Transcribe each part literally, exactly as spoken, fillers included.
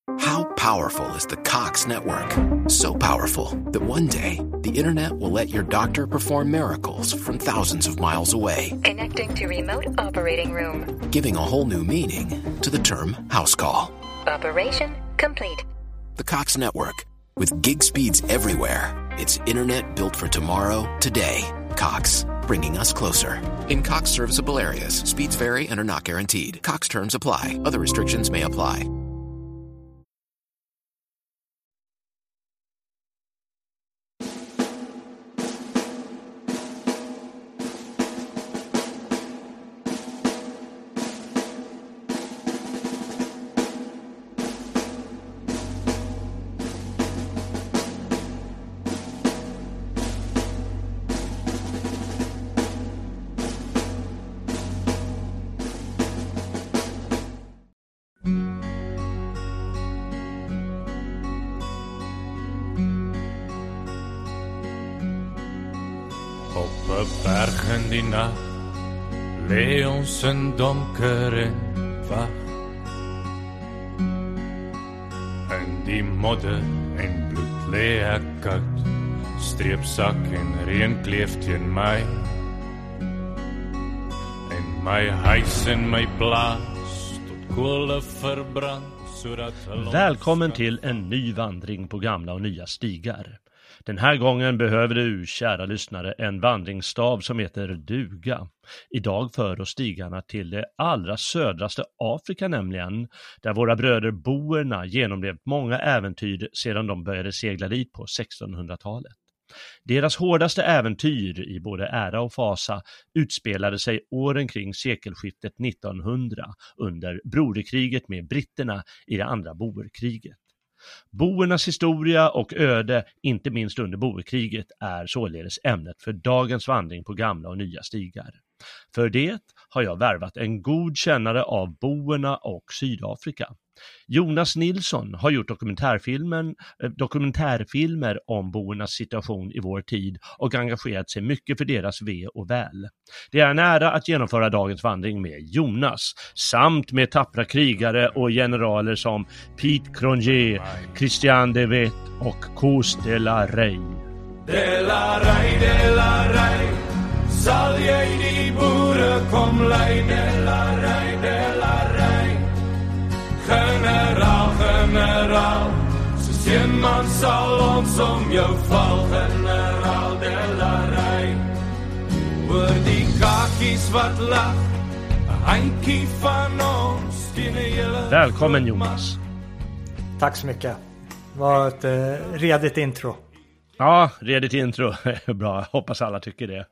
How powerful is the Cox network? So powerful that one day, the internet will let your doctor perform miracles from thousands of miles away. Connecting to remote operating room. Giving a whole new meaning to the term house call. Operation complete. The Cox network. With gig speeds everywhere. It's internet built for tomorrow, today. Cox, bringing us closer. In Cox serviceable areas, speeds vary and are not guaranteed. Cox terms apply. Other restrictions may apply. Op 'n berg in die nag lê ons in donker en wag. In die modder en bloed lê ek koud, streepsak en reën kleef teen my. En my huis en my plaas tot kolle verbrand sodat Välkommen till en ny vandring på gamla och nya stigar. Den här gången behöver du, kära lyssnare, en vandringsstav som heter duga. Idag för oss stigarna till det allra södraste Afrika nämligen, där våra bröder boerna genomlevt många äventyr sedan de började segla dit på sextonhundratalet. Deras hårdaste äventyr i både ära och fasa utspelade sig åren kring sekelskiftet nittonhundra under broderkriget med britterna i det andra boerkriget. Boernas historia och öde, inte minst under boerkriget, är således ämnet för dagens vandring på gamla och nya stigar. För det har jag värvat en god kännare av boerna och Sydafrika. Jonas Nilsson har gjort dokumentärfilmen, dokumentärfilmer om boernas situation i vår tid och engagerat sig mycket för deras ve och väl. Det är en ära att genomföra dagens vandring med Jonas, samt med tappra krigare och generaler som Piet Cronje, Christian de Wet och Koos de la Rey. De la Rey, de la Rey, sal jy die boere kom lei, de la Rey, de la Rey. Generaal, generaal, so sien man sal ons om jou val, generaal de la Rey. Oor die kakies wat lag, 'n handjie van ons teen 'n hele. Välkommen Jonas. Tack så mycket. Det var ett eh, redigt intro. Ja, redigt intro. Bra, hoppas alla tycker det.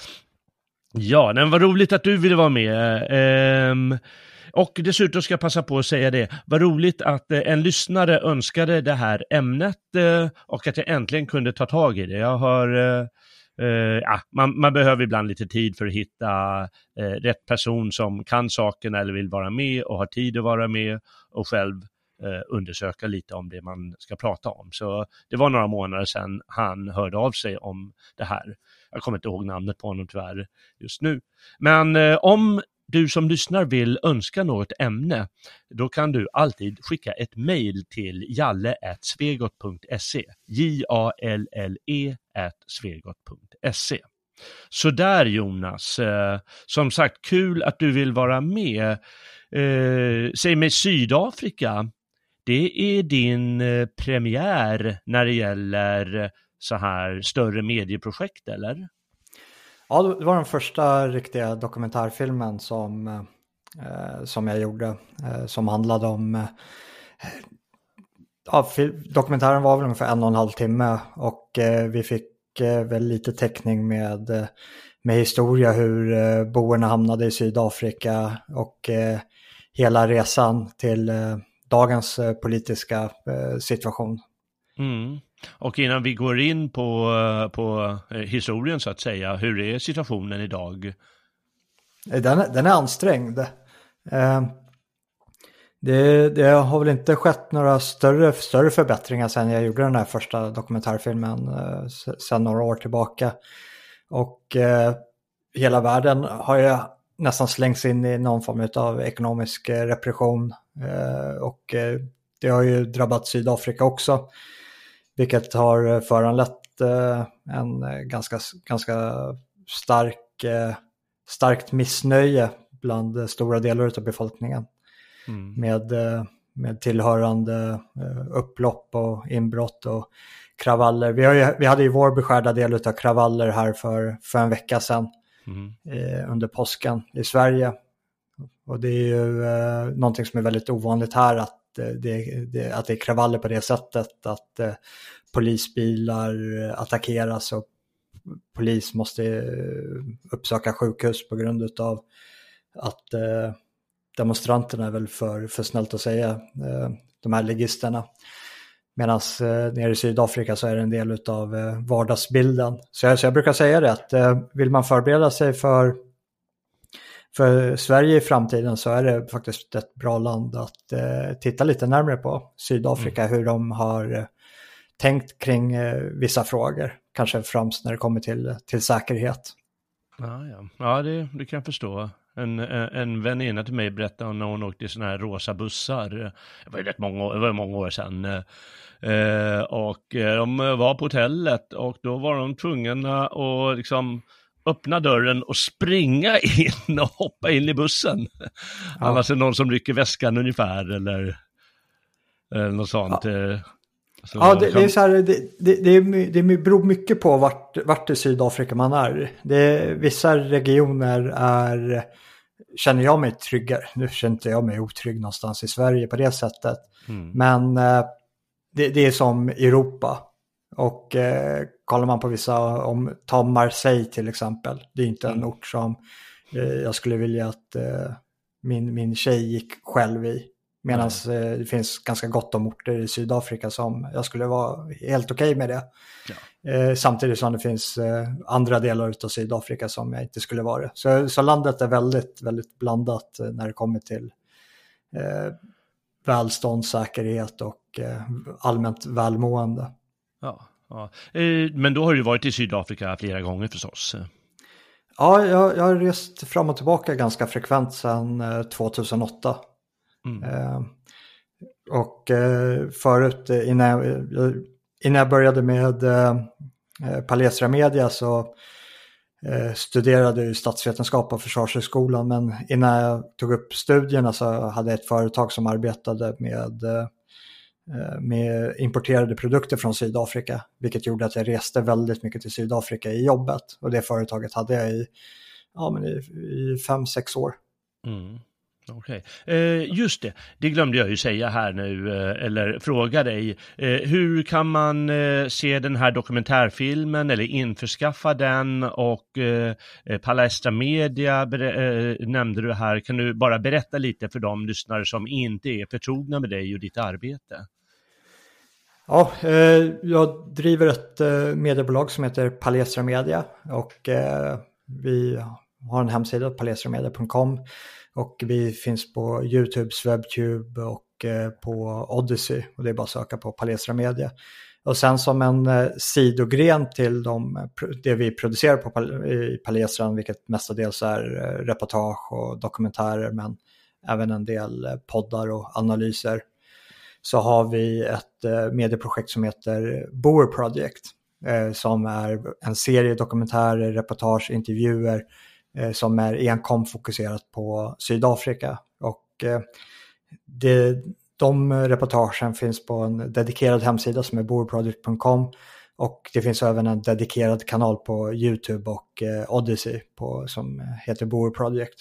Ja, men vad roligt att du ville vara med. Ehm, och dessutom ska jag passa på att säga det. Vad roligt att eh, en lyssnare önskade det här ämnet eh, och att jag äntligen kunde ta tag i det. Jag har... Eh, Uh, ja, man, man behöver ibland lite tid för att hitta uh, rätt person som kan saken eller vill vara med och har tid att vara med och själv uh, undersöka lite om det man ska prata om. Så det var några månader sedan han hörde av sig om det här. Jag kommer inte ihåg namnet på honom tyvärr just nu. Men uh, om du som lyssnar vill önska något ämne, då kan du alltid skicka ett mejl till jalle at svegot punkt se, J A L L E at svegot punkt se. Så där Jonas, eh, som sagt, kul att du vill vara med. Eh, säg mig, Sydafrika, det är din eh, premiär när det gäller så här större medieprojekt, eller? Ja, det var den första riktiga dokumentärfilmen som, eh, som jag gjorde. Eh, som handlade om... Eh, ja, dokumentären var väl ungefär en och en halv timme. Och eh, vi fick eh, väl lite täckning med, eh, med historia hur eh, boerna hamnade i Sydafrika. Och eh, hela resan till eh, dagens eh, politiska eh, situation. Mm. Och innan vi går in på, på historien så att säga, hur är situationen idag? Den, den är ansträngd. Eh, det, det har väl inte skett några större, större förbättringar sedan jag gjorde den här första dokumentärfilmen eh, sedan några år tillbaka. Och eh, hela världen har jag nästan slängts in i någon form av ekonomisk repression. Eh, och eh, det har ju drabbat Sydafrika också, vilket har föranlett eh, en ganska, ganska stark, eh, starkt missnöje bland stora delar av befolkningen mm. med, eh, med tillhörande eh, upplopp och inbrott och kravaller. Vi, har ju, vi hade ju vår beskärda del av kravaller här för, för en vecka sedan mm. eh, under påsken i Sverige. Och det är ju eh, någonting som är väldigt ovanligt här, att, eh, det, det, att det är kravaller på det sättet, att eh, polisbilar attackeras och polis måste eh, uppsöka sjukhus på grund av att eh, demonstranterna är väl för, för snällt att säga, eh, de här ligisterna. Medan eh, nere i Sydafrika så är det en del av eh, vardagsbilden. Så jag, så jag brukar säga det, att eh, vill man förbereda sig för, för Sverige i framtiden, så är det faktiskt ett bra land att eh, titta lite närmare på Sydafrika, mm. hur de har eh, tänkt kring eh, vissa frågor. Kanske främst när det kommer till, till säkerhet. Ja, ja. ja det, det kan jag förstå. En, en väninna till mig berättade när hon åkte i såna här rosa bussar. Det var ju rätt många, det var många år sedan. Eh, och de var på hotellet och då var de tvungna att liksom öppna dörren och springa in och hoppa in i bussen. Ja. Annars är det någon som rycker väskan ungefär eller, eller något sånt. Ja. Så ja, det, det är så här, det, det, det, är, det beror mycket på vart, vart i Sydafrika man är. Det är, vissa regioner är, känner jag mig tryggare. Nu känner inte jag mig otrygg någonstans i Sverige på det sättet. Mm. Men eh, det, det är som Europa. Och eh, kollar man på vissa, om ta Marseille till exempel. Det är inte en ort som eh, jag skulle vilja att eh, min, min tjej gick själv i. Medan mm. det finns ganska gott om orter i Sydafrika som jag skulle vara helt okej med det. Ja. Eh, samtidigt som det finns eh, andra delar av Sydafrika som jag inte skulle vara det. Så, så landet är väldigt, väldigt blandat när det kommer till eh, välstånd, säkerhet och eh, allmänt välmående. Ja, ja. Eh, men då har du varit i Sydafrika flera gånger förstås. Ja, jag, jag har rest fram och tillbaka ganska frekvent sedan eh, tjugohundraåtta. Mm. Eh, och eh, förut innan jag, innan jag började med eh, Palestra Media så eh, studerade jag statsvetenskap på Försvarshögskolan, men innan jag tog upp studierna så hade jag ett företag som arbetade med, eh, med importerade produkter från Sydafrika, vilket gjorde att jag reste väldigt mycket till Sydafrika i jobbet, och det företaget hade jag i, ja, men i, i fem, sex år. Mm. Okej, eh, just det, det glömde jag ju säga här nu, eh, eller fråga dig. Eh, hur kan man eh, se den här dokumentärfilmen eller införskaffa den? Och eh, Palestra Media ber- eh, nämnde du här. Kan du bara berätta lite för de lyssnare som inte är förtrogna med dig och ditt arbete? Ja, eh, jag driver ett eh, mediebolag som heter Palestra Media, och eh, vi har en hemsida, palestramedia punkt com. Och vi finns på YouTube, Webtube och eh, på Odyssey. Och det är bara att söka på Palestra Media. Och sen som en eh, sidogren till de, det vi producerar på Pal- i Palestran, vilket mestadels är eh, reportage och dokumentärer, men även en del eh, poddar och analyser, så har vi ett eh, medieprojekt som heter Boer Project. Eh, som är en serie dokumentärer, reportage, intervjuer som är enkom fokuserat på Sydafrika. Och eh, det, de reportagen finns på en dedikerad hemsida som är boer project punkt com, och det finns även en dedikerad kanal på YouTube och eh, Odyssey på, som heter Boer Project.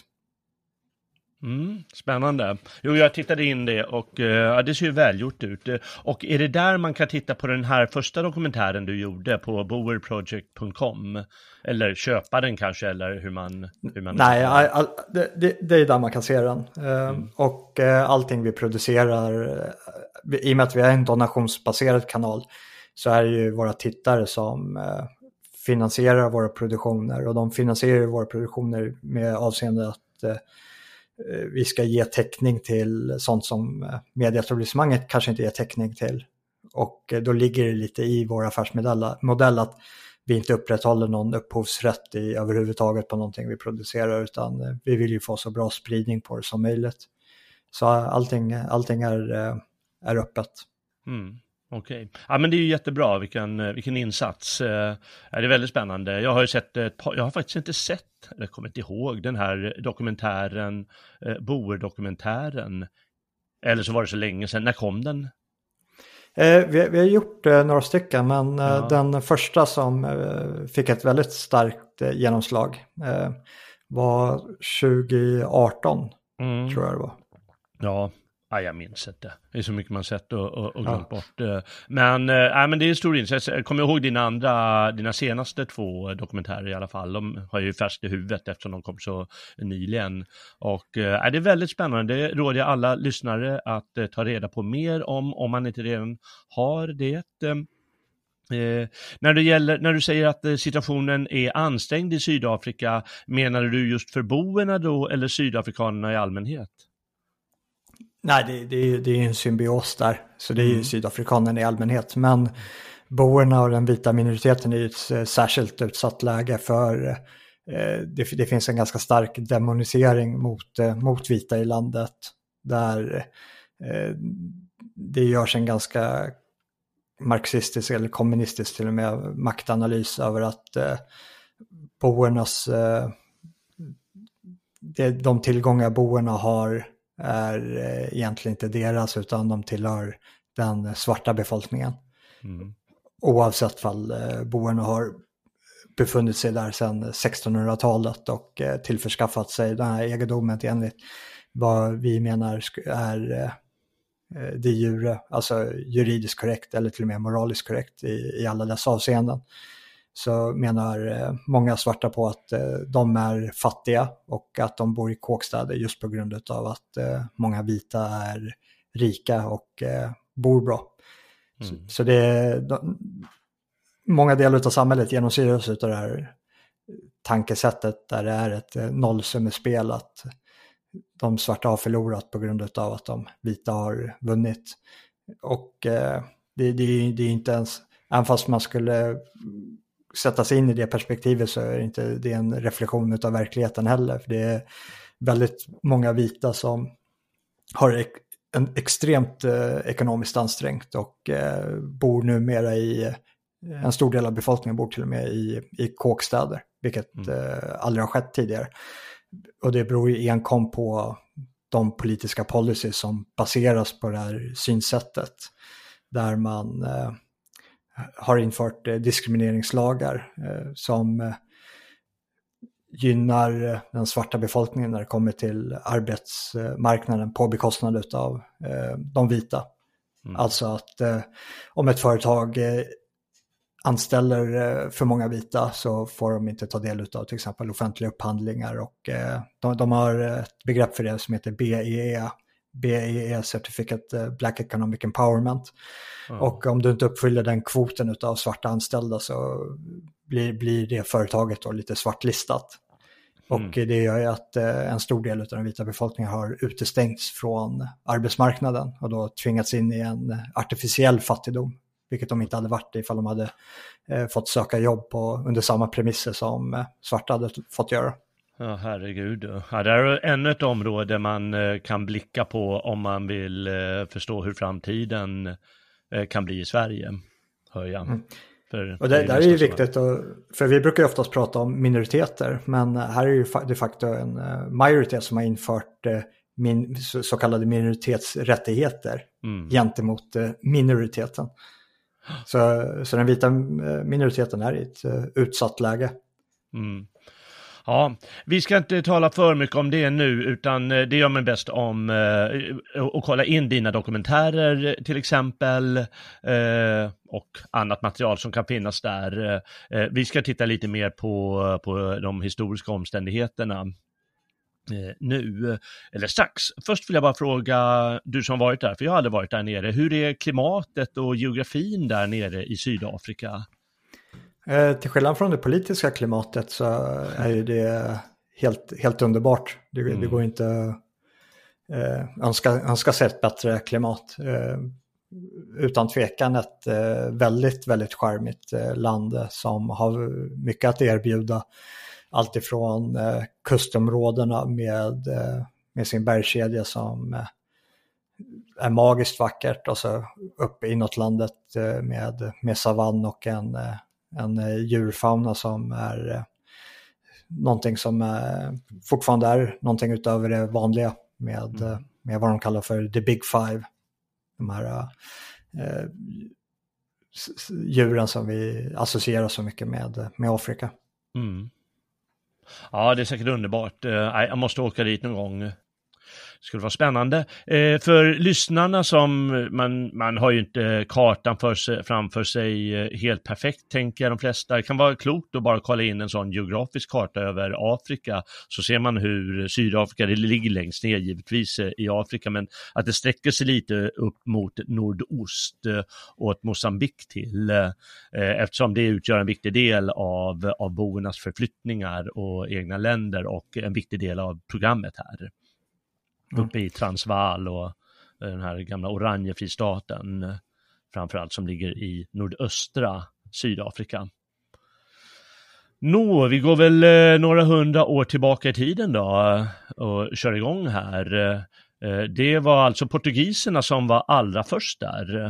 Mm, spännande. Jo, jag tittade in det och uh, det ser ju välgjort ut. Och är det där man kan titta på den här första dokumentären du gjorde på boer project punkt com? Eller köpa den kanske, eller hur man... Hur man Nej, all, all, det, det, det är där man kan se den. Uh, mm. Och uh, allting vi producerar, uh, i och med att vi är en donationsbaserad kanal, så är det ju våra tittare som uh, finansierar våra produktioner. Och de finansierar våra produktioner med avseende att uh, vi ska ge täckning till sånt som medieetablissemanget kanske inte ger täckning till. Och då ligger det lite i vår affärsmodell att vi inte upprätthåller någon upphovsrätt i överhuvudtaget på någonting vi producerar, utan vi vill ju få så bra spridning på det som möjligt. Så allting, allting är, är öppet. Mm. Okej. Okay. Ja, men det är ju jättebra, vilken, vilken insats. Eh, är det väldigt spännande. Jag har ju sett ett par, jag har faktiskt inte sett, eller kommer inte ihåg den här dokumentären, eh, Boer-dokumentären. Eller så var det så länge sedan. När kom den? Eh, vi, vi har gjort eh, några stycken, men eh, Ja. den första som eh, fick ett väldigt starkt eh, genomslag eh, var tjugo arton, Mm. tror jag det var. Ja. Ja, jag minns inte. Det är så mycket man sett och, och, och glömt ja. bort. Men, äh, men det är en stor insats. Jag kommer ihåg dina, andra, dina senaste två dokumentärer i alla fall. De har ju färskt i huvudet eftersom de kom så nyligen. Och äh, det är väldigt spännande. Det råder jag alla lyssnare att äh, ta reda på mer om, om man inte redan har det. Eh, när, det gäller, när du säger att eh, situationen är ansträngd i Sydafrika, menar du just för boerna då eller sydafrikanerna i allmänhet? Nej, det, det, det är en symbios där. Så det är ju Mm. sydafrikanerna i allmänhet. Men boerna och den vita minoriteten är ju ett särskilt utsatt läge för eh, det, det finns en ganska stark demonisering mot, eh, mot vita i landet. Där eh, det görs en ganska marxistisk eller kommunistisk till och med maktanalys över att eh, boernas, eh, det, de tillgångar boerna har är egentligen inte deras utan de tillhör den svarta befolkningen. Mm. Oavsett fall boerna har befunnit sig där sedan sextonhundratalet och tillförskaffat sig den här egendomen enligt vad vi menar är de jure, alltså juridiskt korrekt eller till och med moraliskt korrekt i, i alla dessa avseenden. Så menar många svarta på att de är fattiga och att de bor i kåkstäder just på grund av att många vita är rika och bor bra. Mm. Så, så det är de, många delar av samhället genomsyras av det här tankesättet där det är ett nollsummespel att de svarta har förlorat på grund av att de vita har vunnit. Och det, det, det är inte ens, även fast man skulle sätta sig in i det perspektivet så är det inte det är en reflektion av verkligheten heller. För det är väldigt många vita som har ek, en extremt eh, ekonomiskt ansträngt och eh, bor numera i, en stor del av befolkningen bor till och med i, i kåkstäder, vilket mm. eh, aldrig har skett tidigare. Och det beror ju enkom på de politiska policies som baseras på det här synsättet där man eh, har infört eh, diskrimineringslagar eh, som eh, gynnar eh, den svarta befolkningen när det kommer till arbetsmarknaden på bekostnad av eh, de vita. Mm. Alltså att eh, om ett företag eh, anställer eh, för många vita så får de inte ta del av till exempel offentliga upphandlingar och eh, de, de har ett begrepp för det som heter B E E. B E E, Certificate Black Economic Empowerment. Mm. Och om du inte uppfyller den kvoten av svarta anställda så blir, blir det företaget då lite svartlistat. Mm. Och det gör ju att eh, en stor del av den vita befolkningen har utestängts från arbetsmarknaden och då tvingats in i en artificiell fattigdom. Vilket de inte hade varit ifall de hade eh, fått söka jobb på, under samma premisser som eh, svarta hade fått göra. Ja, herregud. Ja, det är ännu ett område man eh, kan blicka på om man vill eh, förstå hur framtiden eh, kan bli i Sverige, hör jag. Mm. För, och det, det är ju viktigt, och, för vi brukar ju oftast prata om minoriteter, men här är ju de facto en uh, majoritet som har infört uh, min, så, så kallade minoritetsrättigheter mm. gentemot uh, minoriteten. Så, så den vita minoriteten är i ett uh, utsatt läge. Mm. Ja, vi ska inte tala för mycket om det nu, utan det gör man bäst om eh, att kolla in dina dokumentärer till exempel eh, och annat material som kan finnas där. Eh, vi ska titta lite mer på, på de historiska omständigheterna eh, nu, eller strax. Först vill jag bara fråga, du som varit där, för jag har aldrig varit där nere, hur är klimatet och geografin där nere i Sydafrika? Eh, till skillnad från det politiska klimatet så är ju det helt, helt underbart. Det, mm. det går inte eh, önska, önska sig ett bättre klimat. Eh, utan tvekan ett eh, väldigt, väldigt charmigt eh, land som har mycket att erbjuda. Allt ifrån eh, kustområdena med, eh, med sin bergskedja som eh, är magiskt vackert, och så uppe inåt landet med, med savann och en, en djurfauna som är någonting som är, fortfarande är någonting utöver det vanliga med, mm. med vad de kallar för the big five. De här eh, djuren som vi associerar så mycket med, med Afrika. Mm. Ja, det är säkert underbart. Jag måste åka dit någon gång. Det skulle vara spännande. Eh, för lyssnarna som, man, man har ju inte kartan för sig, framför sig helt perfekt, tänker jag de flesta. Det kan vara klokt att bara kolla in en sån geografisk karta över Afrika, så ser man hur Sydafrika, det ligger längst ner givetvis i Afrika, men att det sträcker sig lite upp mot nordost och åt Mosambik till, eh, eftersom det utgör en viktig del av, av boernas förflyttningar och egna länder och en viktig del av programmet här. Uppe i Transvaal och den här gamla Oranje-fristaten framförallt, som ligger i nordöstra Sydafrika. Nå, vi går väl eh, några hundra år tillbaka i tiden då och kör igång här. Eh, det var alltså portugiserna som var allra först där.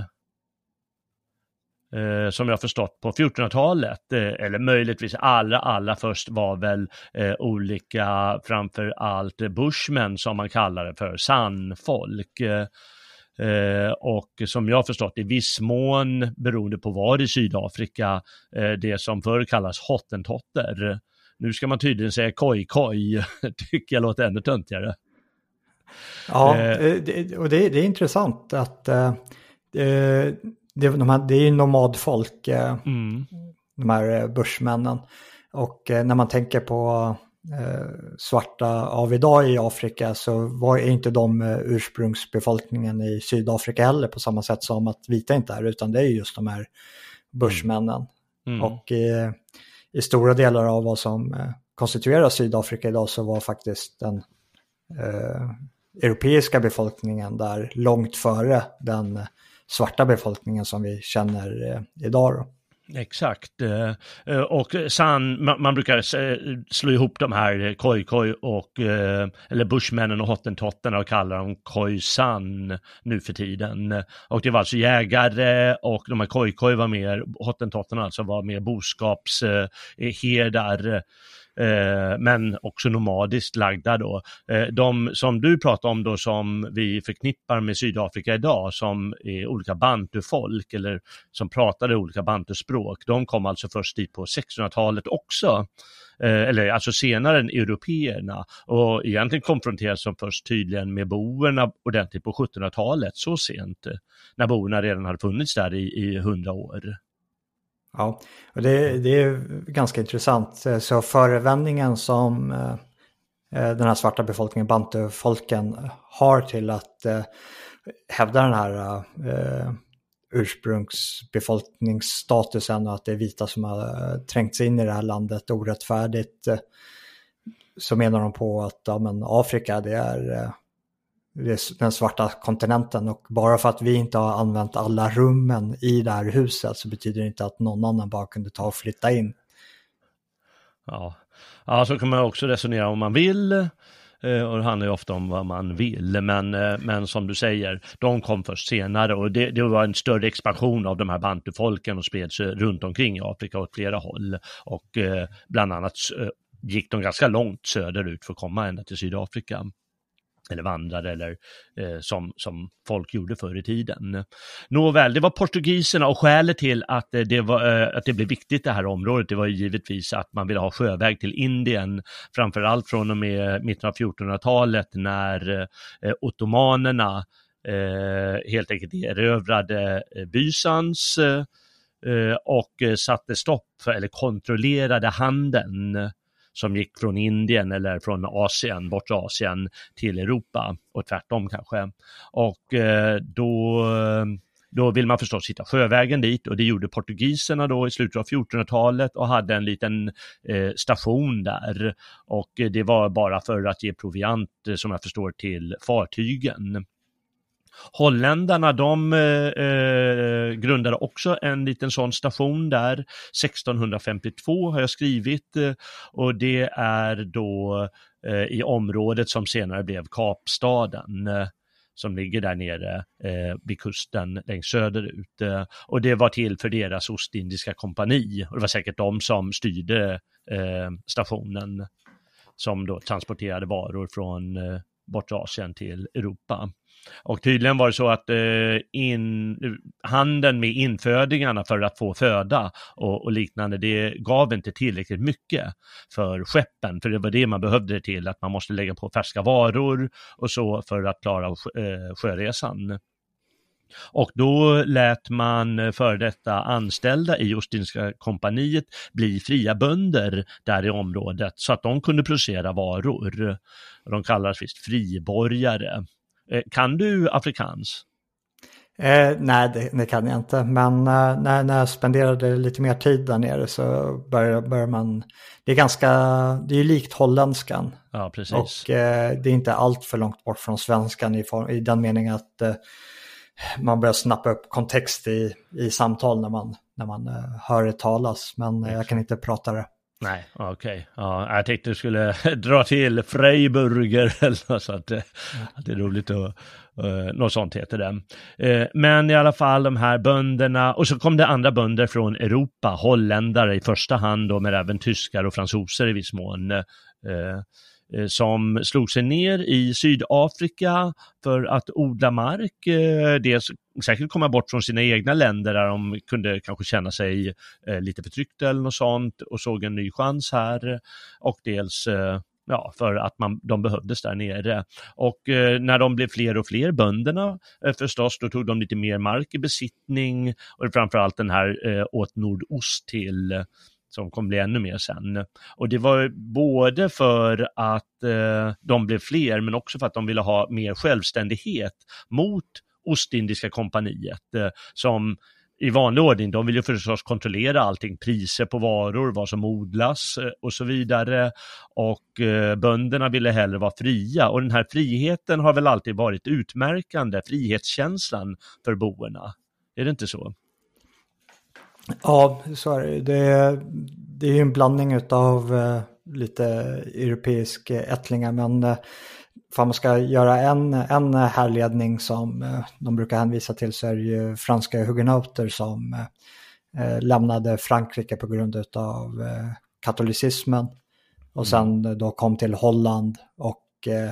Eh, som jag har förstått på fjortonhundratalet, eh, eller möjligtvis allra allra först var väl eh, olika, framför allt bushmen som man kallar det för, sandfolk. Eh, och som jag har förstått i viss mån, beroende på var i Sydafrika, eh, det som förr kallas hottentotter. Nu ska man tydligen säga koi-koi, tycker jag låter ännu töntigare. Ja, eh, det, och det, det är intressant att eh, Det, de här, det är ju nomadfolk, mm. de här bushmännen. Och när man tänker på eh, svarta av idag i Afrika, så var är inte de ursprungsbefolkningen i Sydafrika heller på samma sätt som att vita inte är, utan det är just de här bushmännen. Mm. Och i, i stora delar av vad som eh, konstituerar Sydafrika idag, så var faktiskt den eh, europeiska befolkningen där långt före den svarta befolkningen som vi känner eh, idag då. Exakt. Eh, och san, man, man brukar slå ihop de här koi-koi och eh, eller bushmännen och hottentotterna och kallar dem koi-san nu för tiden. Och det var alltså jägare, och de här koi-koi var mer, hottentotterna alltså var mer boskapsherdar. Eh, Eh, men också nomadiskt lagda då. Eh, de som du pratar om då, som vi förknippar med Sydafrika idag, som är olika bantufolk eller som pratade olika bantuspråk, de kom alltså först dit på sextonhundratalet också. Eh, eller alltså senare än européerna, och egentligen konfronteras som först tydligen med boerna ordentligt på sjuttonhundratalet, så sent, när boerna redan hade funnits där i, i hundra år. Ja, och det, det är ganska intressant. Så förevändningen som eh, den här svarta befolkningen, bantufolken, har till att eh, hävda den här eh, ursprungsbefolkningsstatusen och att det är vita som har eh, trängts in i det här landet orättfärdigt, eh, så menar de på att ja, men Afrika, det är... Eh, den svarta kontinenten, och bara för att vi inte har använt alla rummen i det här huset, så betyder det inte att någon annan bara kunde ta och flytta in. Ja, ja, så kan man också resonera om man vill, och det handlar ju ofta om vad man vill, men, men som du säger, de kom först senare, och det, det var en större expansion av de här bantufolken och spreds runt omkring i Afrika åt flera håll, och bland annat gick de ganska långt söderut för att komma ända till Sydafrika. Eller vandrare, eller eh, som, som folk gjorde förr i tiden. Nåväl, det var portugiserna, och skälet till att det, var, eh, att det blev viktigt det här området, det var ju givetvis att man ville ha sjöväg till Indien, framförallt från och med mitten av fjortonhundratalet, när eh, ottomanerna eh, helt enkelt erövrade eh, Bysans eh, och satte stopp för, eller kontrollerade handeln som gick från Indien eller från Asien, bort Asien till Europa, och tvärtom kanske. Och eh, då, då vill man förstås hitta sjövägen dit, och det gjorde portugiserna då i slutet av fjortonhundratalet och hade en liten eh, station där. Och det var bara för att ge proviant, som jag förstår, till fartygen. Holländarna, de eh, grundade också en liten sån station där sextonhundrafemtiotvå, har jag skrivit, och det är då eh, i området som senare blev Kapstaden. som ligger där nere eh, vid kusten längst söderut. Eh, och det var till för deras Ostindiska kompani. Och det var säkert de som styrde eh, stationen som då transporterade varor från eh, bortre Asien till Europa. Och tydligen var det så att eh, in, handeln med infödingarna för att få föda och, och liknande, det gav inte tillräckligt mycket för skeppen, för det var det man behövde det till, att man måste lägga på färska varor och så för att klara eh, sjöresan. Och då lät man för detta anställda i Ostindiska kompaniet bli fria bönder där i området så att de kunde producera varor. De kallades visst friborgare. Kan du afrikans? Eh, nej, det, det kan jag inte. Men eh, när, när jag spenderade lite mer tid där nere så börjar, börjar man... Det är ganska... Det är ju likt holländskan. Ja, precis. Och eh, det är inte allt för långt bort från svenskan i, form, i den meningen att eh, man börjar snappa upp kontext i, i samtal när man, när man eh, hör det talas. Men eh, jag kan inte prata det. Nej, okej. Okay. Ja, jag tänkte du skulle dra till Freiburger eller något sånt. Mm. Det är roligt att uh, något sånt heter det. Uh, men i alla fall de här bönderna, och så kom det andra bönder från Europa, holländare i första hand då, men även tyskar och fransoser i viss mån. Uh, som slog sig ner i Sydafrika för att odla mark, dels säkert komma bort från sina egna länder där de kunde kanske känna sig lite förtryckta eller något sånt och såg en ny chans här, och dels ja, för att man, de behövdes där nere. Och eh, när de blev fler och fler bönderna eh, förstås, då tog de lite mer mark i besittning, och framförallt den här eh, åt nordost till, som kommer bli ännu mer sen. Och det var både för att eh, de blev fler, men också för att de ville ha mer självständighet mot Ostindiska kompaniet, eh, som i vanlig ordning, de vill ju förstås kontrollera allting, priser på varor, vad som odlas eh, och så vidare. Och eh, bönderna ville hellre vara fria, och den här friheten har väl alltid varit utmärkande, frihetskänslan för boerna. Är det inte så? Ja, så är det. Det är, det är ju en blandning av uh, lite europeisk ättlingar, men uh, för man ska göra en, en härledning som uh, de brukar hänvisa till, så är det ju franska hugenauter som uh, lämnade Frankrike på grund av uh, katolicismen och sen uh, då kom till Holland, och uh,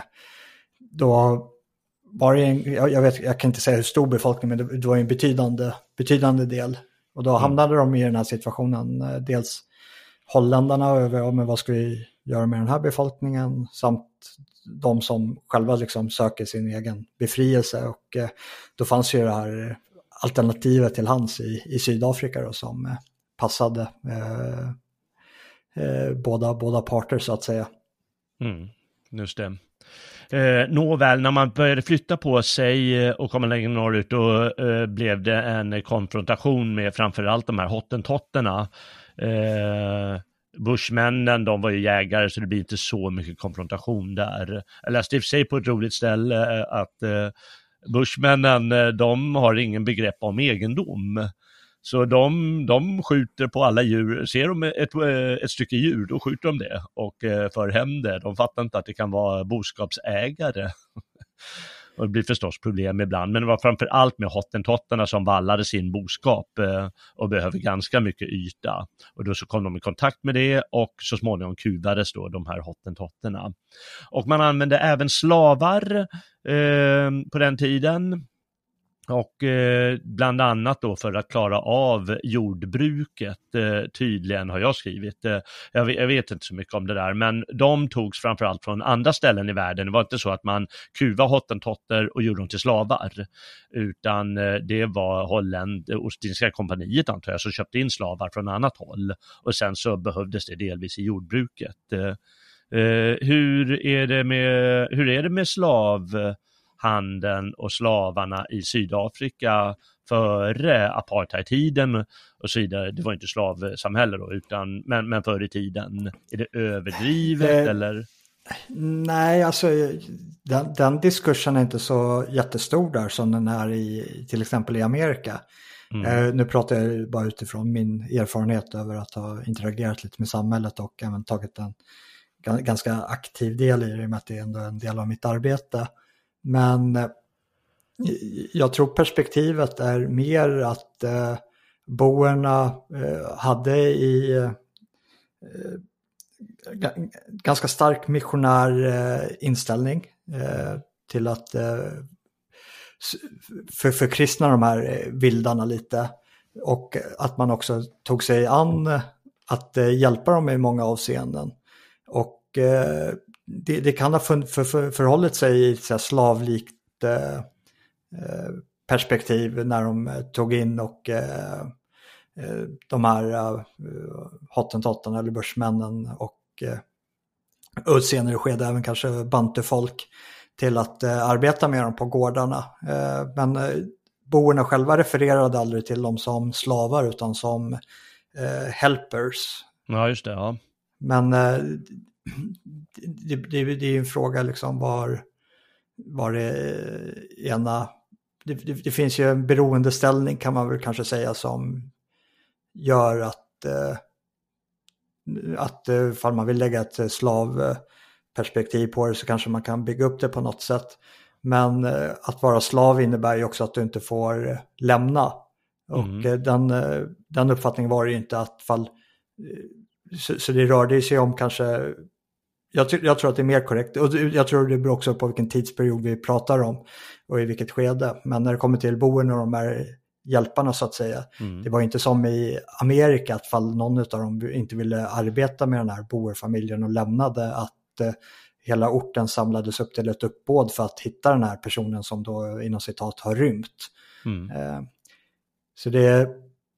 då var det en, jag, jag, vet, jag kan inte säga hur stor befolkning, men det, det var en betydande, betydande del. Och då hamnade mm. de i den här situationen, dels holländarna över, ja, men vad ska vi göra med den här befolkningen, samt de som själva liksom söker sin egen befrielse. Och eh, då fanns ju det här alternativet till hands i, i Sydafrika då, som eh, passade eh, eh, båda, båda parter så att säga. Mm, just det. Eh, nåväl, när man började flytta på sig och komma längre norrut, då eh, blev det en konfrontation med framförallt de här hottentotterna. Eh, Bushmännen, de var ju jägare, så det blir inte så mycket konfrontation där. Jag läste i och för sig på ett roligt ställe att eh, Bushmännen, de har ingen begrepp om egendom. Så de, de skjuter på alla djur. Ser de ett, ett stycke djur, då skjuter de det och för hem det. De fattar inte att det kan vara boskapsägare. Och det blir förstås problem ibland. Men det var framför allt med hottentotterna som vallade sin boskap och behöver ganska mycket yta. Och då så kom de i kontakt med det, och så småningom kuvades då de här hottentotterna. Och man använde även slavar eh, på den tiden. Och eh, bland annat då för att klara av jordbruket, eh, tydligen har jag skrivit. Eh, jag, jag vet inte så mycket om det där, men de togs framförallt från andra ställen i världen. Det var inte så att man kuvade hottentotter och gjorde dem till slavar, utan eh, det var Holland, Ostindiska kompaniet antar jag, som köpte in slavar från annat håll. Och sen så behövdes det delvis i jordbruket. Eh, eh, hur är det med, hur är det med slav... handeln och slavarna i Sydafrika före apartheidtiden och så vidare? Det var inte slavsamhälle då, utan, men, men före i tiden. Är det överdrivet eh, eller? Nej, alltså den, den diskursen är inte så jättestor där som den är i till exempel i Amerika. Mm. Eh, nu pratar jag bara utifrån min erfarenhet över att ha interagerat lite med samhället och även tagit en ganska aktiv del i det, med att det är ändå en del av mitt arbete. Men Jag tror perspektivet är mer att eh, boerna eh, hade i eh, g- ganska stark missionär eh, inställning eh, till att eh, för, förkristna de här vildarna lite, och att man också tog sig an att eh, hjälpa dem i många avseenden. Och eh, det, det kan ha för, för, för, förhållit sig i så här slavlikt eh, perspektiv när de tog in och eh, de här uh, hottentottarna eller börsmännen och uh, senare skedde även kanske bantufolk till att uh, arbeta med dem på gårdarna. Uh, men uh, boerna själva refererade aldrig till dem som slavar utan som uh, helpers. Ja, just det, ja. Men uh, det, det, det är ju en fråga liksom var, var det ena... Det, det, det finns ju en beroendeställning kan man väl kanske säga som gör att, eh, att eh, ifall man vill lägga ett slavperspektiv på det så kanske man kan bygga upp det på något sätt. Men eh, att vara slav innebär ju också att du inte får eh, lämna. Och mm. eh, den, eh, den uppfattningen var det ju inte att fall, eh, så, så det rörde sig om kanske, jag, jag tror att det är mer korrekt. Och jag tror det beror också på vilken tidsperiod vi pratar om och i vilket skede. Men när det kommer till boen och de här hjälparna så att säga. Mm. Det var inte som i Amerika att fall någon av dem inte ville arbeta med den här boerfamiljen och lämnade, att eh, hela orten samlades upp till ett uppbåd för att hitta den här personen som då inom citat har rymt. Mm. Eh, så det,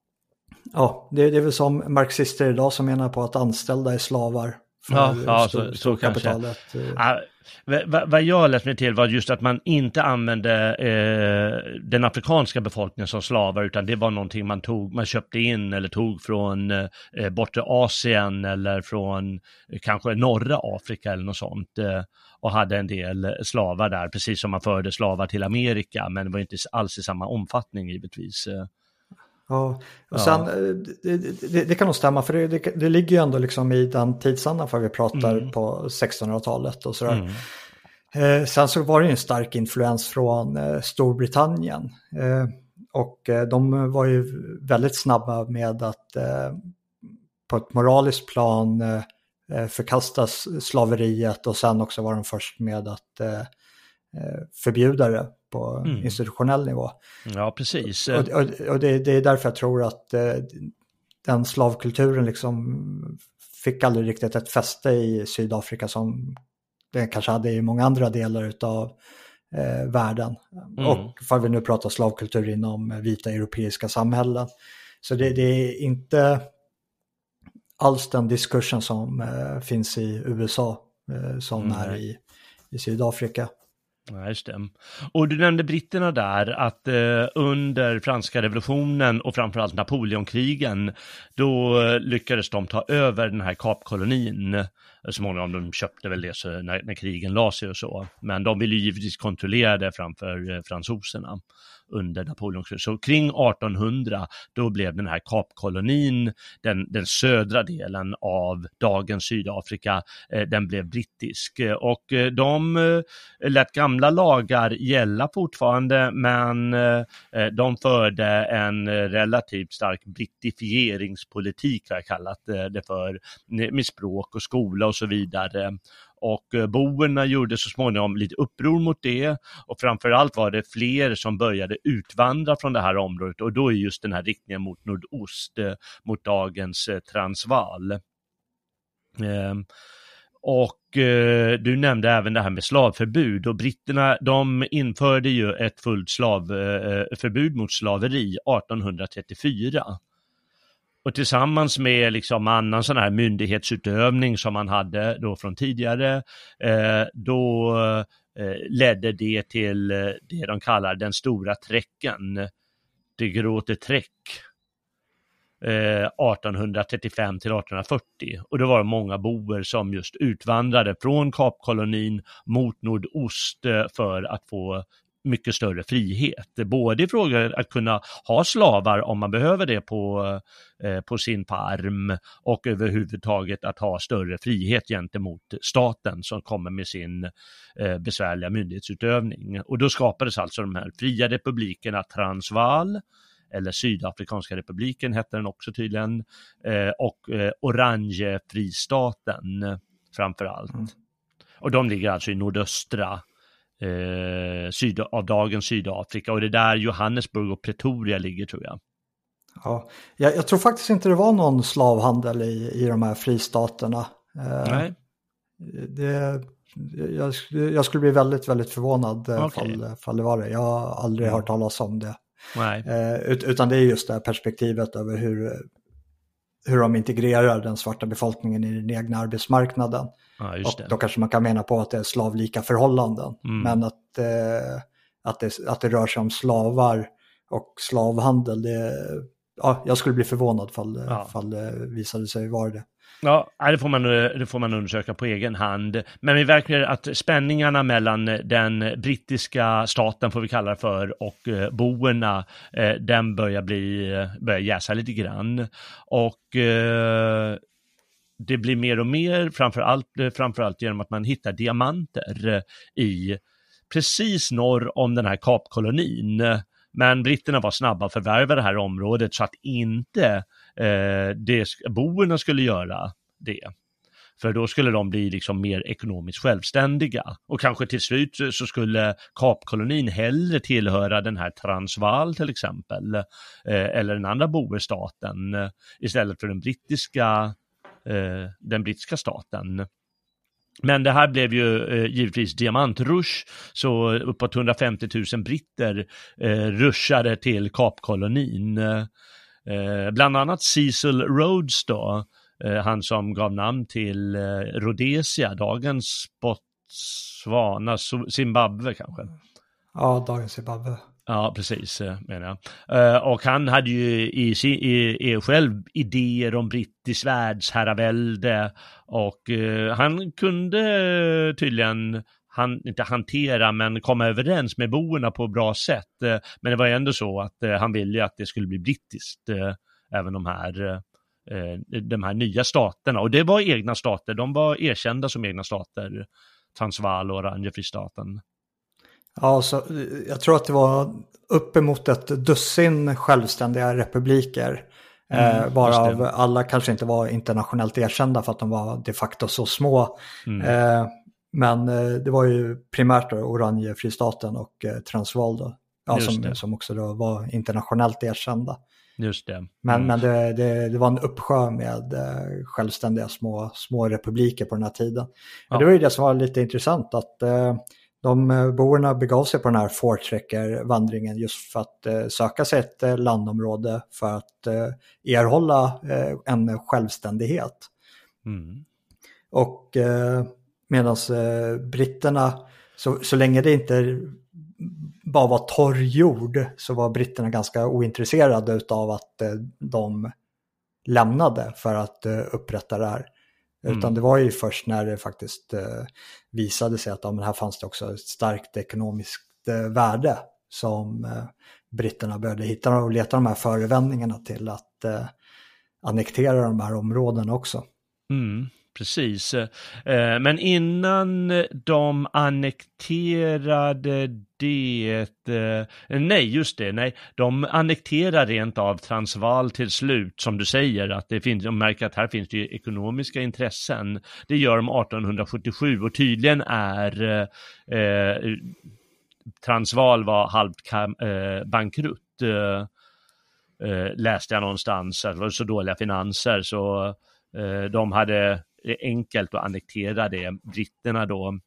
ja, det, det är väl som marxister idag som menar på att anställda är slavar. Ja, ja stor, så, så kanske. Ja, vad, vad jag lärt mig till var just att man inte använde eh, den afrikanska befolkningen som slavar, utan det var någonting man tog, man köpte in eller tog från eh, bortre Asien eller från eh, kanske norra Afrika eller något sånt, eh, och hade en del slavar där, precis som man förde slavar till Amerika, men det var inte alls i samma omfattning givetvis. Eh. Ja, och sen, ja. Det, det, det kan nog stämma, för det, det, det ligger ju ändå liksom i den tidsandan för vi pratar mm. på sextonhundratalet och sådär. Mm. Eh, sen så var det ju en stark influens från eh, Storbritannien. Eh, och eh, de var ju väldigt snabba med att eh, på ett moraliskt plan eh, förkasta slaveriet, och sen också var de först med att eh, förbjuda det på mm. institutionell nivå. Ja, precis. Och, och, och det, det är därför jag tror att eh, den slavkulturen liksom fick aldrig riktigt ett fäste i Sydafrika som det kanske hade i många andra delar av eh, världen. Mm. Och för vi nu pratar slavkultur inom vita europeiska samhällen. Så det, det är inte alls den diskursen som eh, finns i U S A eh, som mm. är i, i Sydafrika. Ja, just det. Och du nämnde britterna där, att eh, under franska revolutionen och framförallt Napoleonkrigen, då eh, lyckades de ta över den här Kapkolonin. Så många av dem köpte väl det så när, när krigen la sig och så. Men de ville ju givetvis kontrollera det framför eh, fransoserna under Napoleonkrigen. Så kring artonhundra då blev den här Kapkolonin, den, den södra delen av dagens Sydafrika, eh, den blev brittisk. Och eh, de eh, lät gamla lagar gälla fortfarande, men eh, de förde en relativt stark brittifieringspolitik, har jag kallat det för, med språk och skola och så vidare. Och boerna gjorde så småningom lite uppror mot det, och framförallt var det fler som började utvandra från det här området, och då är just den här riktningen mot nordost, mot dagens Transvaal. Eh, och eh, du nämnde även det här med slavförbud, och britterna, de införde ju ett fullt slavförbud mot slaveri artonhundratrettiofyra. Och tillsammans med liksom annan sån här myndighetsutövning som man hade då från tidigare, eh, då eh, ledde det till eh, det de kallar den stora träcken, det Grote Träck, eh, artonhundratrettiofem till artonhundrafyrtio. Och det var många boer som just utvandrade från Kapkolonin mot nordost eh, för att få mycket större frihet. Både i fråga att kunna ha slavar om man behöver det på, eh, på sin farm och överhuvudtaget att ha större frihet gentemot staten som kommer med sin eh, besvärliga myndighetsutövning. Och då skapades alltså de här fria republikerna Transvaal, eller Sydafrikanska republiken hette den också tydligen, eh, och eh, Oranje-fristaten framförallt. Mm. Och de ligger alltså i nordöstra Eh, syd, av dagens Sydafrika, och det är där Johannesburg och Pretoria ligger, tror jag. Ja, jag, jag tror faktiskt inte det var någon slavhandel i, i de här fristaterna. Eh, Nej. Det, jag, jag skulle bli väldigt, väldigt förvånad okay. fall, fall det var det. Jag har aldrig mm. hört talas om det. Nej. Eh, ut, utan det är just det här perspektivet över hur, hur de integrerar den svarta befolkningen i den egna arbetsmarknaden. Ja, just och det. då kanske man kan mena på att det är slavlika förhållanden. Mm. Men att, eh, att, det, att det rör sig om slavar och slavhandel, det, ja, jag skulle bli förvånad fall, ja. fall det visade sig vara det. Ja, det får, man, det får man undersöka på egen hand. Men vi verkar att spänningarna mellan den brittiska staten, får vi kalla det för, och boerna, den börjar, bli, börjar jäsa lite grann. Och eh, det blir mer och mer, framförallt, framförallt genom att man hittar diamanter i precis norr om den här Kapkolonin. Men britterna var snabba att förvärva det här området så att inte eh, det, boerna skulle göra det. För då skulle de bli liksom mer ekonomiskt självständiga. Och kanske till slut så skulle Kapkolonin hellre tillhöra den här Transvaal till exempel. Eh, eller den andra boerstaten eh, istället för den brittiska, eh, den brittiska staten. Men det här blev ju eh, givetvis diamantrush, så uppåt hundrafemtio tusen britter eh, rushade till Kapkolonin. Eh, bland annat Cecil Rhodes då, eh, han som gav namn till eh, Rhodesia, dagens Botswana, Zimbabwe kanske. Ja, dagens Zimbabwe. Ja, precis, menar jag. Och han hade ju i, i, i själv idéer om brittisk världsherravälde, och uh, han kunde tydligen han, inte hantera men komma överens med boerna på ett bra sätt. Uh, men det var ändå så att uh, han ville att det skulle bli brittiskt, uh, även de här, uh, de här nya staterna. Och det var egna stater, de var erkända som egna stater, Transvaal och Oranje-fristaten. Ja, så jag tror att det var uppemot ett dussin självständiga republiker. Mm, eh, varav alla kanske inte var internationellt erkända för att de var de facto så små. Mm. Eh, men eh, det var ju primärt Oranje-fristaten och eh, Transvaal då, ja, som, som också då var internationellt erkända. Just det. Mm. Men, men det, det, det var en uppsjö med eh, självständiga små, små republiker på den här tiden. Ja. Det var ju det som var lite intressant, att eh, de boerna begav sig på den här Voortrekker-vandringen just för att eh, söka sig ett eh, landområde för att eh, erhålla eh, en självständighet. Mm. Och eh, medan eh, britterna, så, så länge det inte bara var torr jord, så var britterna ganska ointresserade av att eh, de lämnade för att eh, upprätta det här. Utan mm. det var ju först när det faktiskt eh, visade sig att ja, men här fanns det också ett starkt ekonomiskt eh, värde som eh, britterna började hitta och leta de här förevändningarna till att eh, annektera de här områdena också. Mm, precis. Eh, men innan de annekterade det, eh, nej just det, nej, de annekterar rent av Transvaal till slut, som du säger, att det finns, de märker att här finns det ju ekonomiska intressen. Det gör de arton sjuttiosju, och tydligen är eh, Transvaal var halvt eh, bankrutt, eh, eh, läste jag någonstans, det var så dåliga finanser så eh, de hade enkelt att annektera det, britterna då.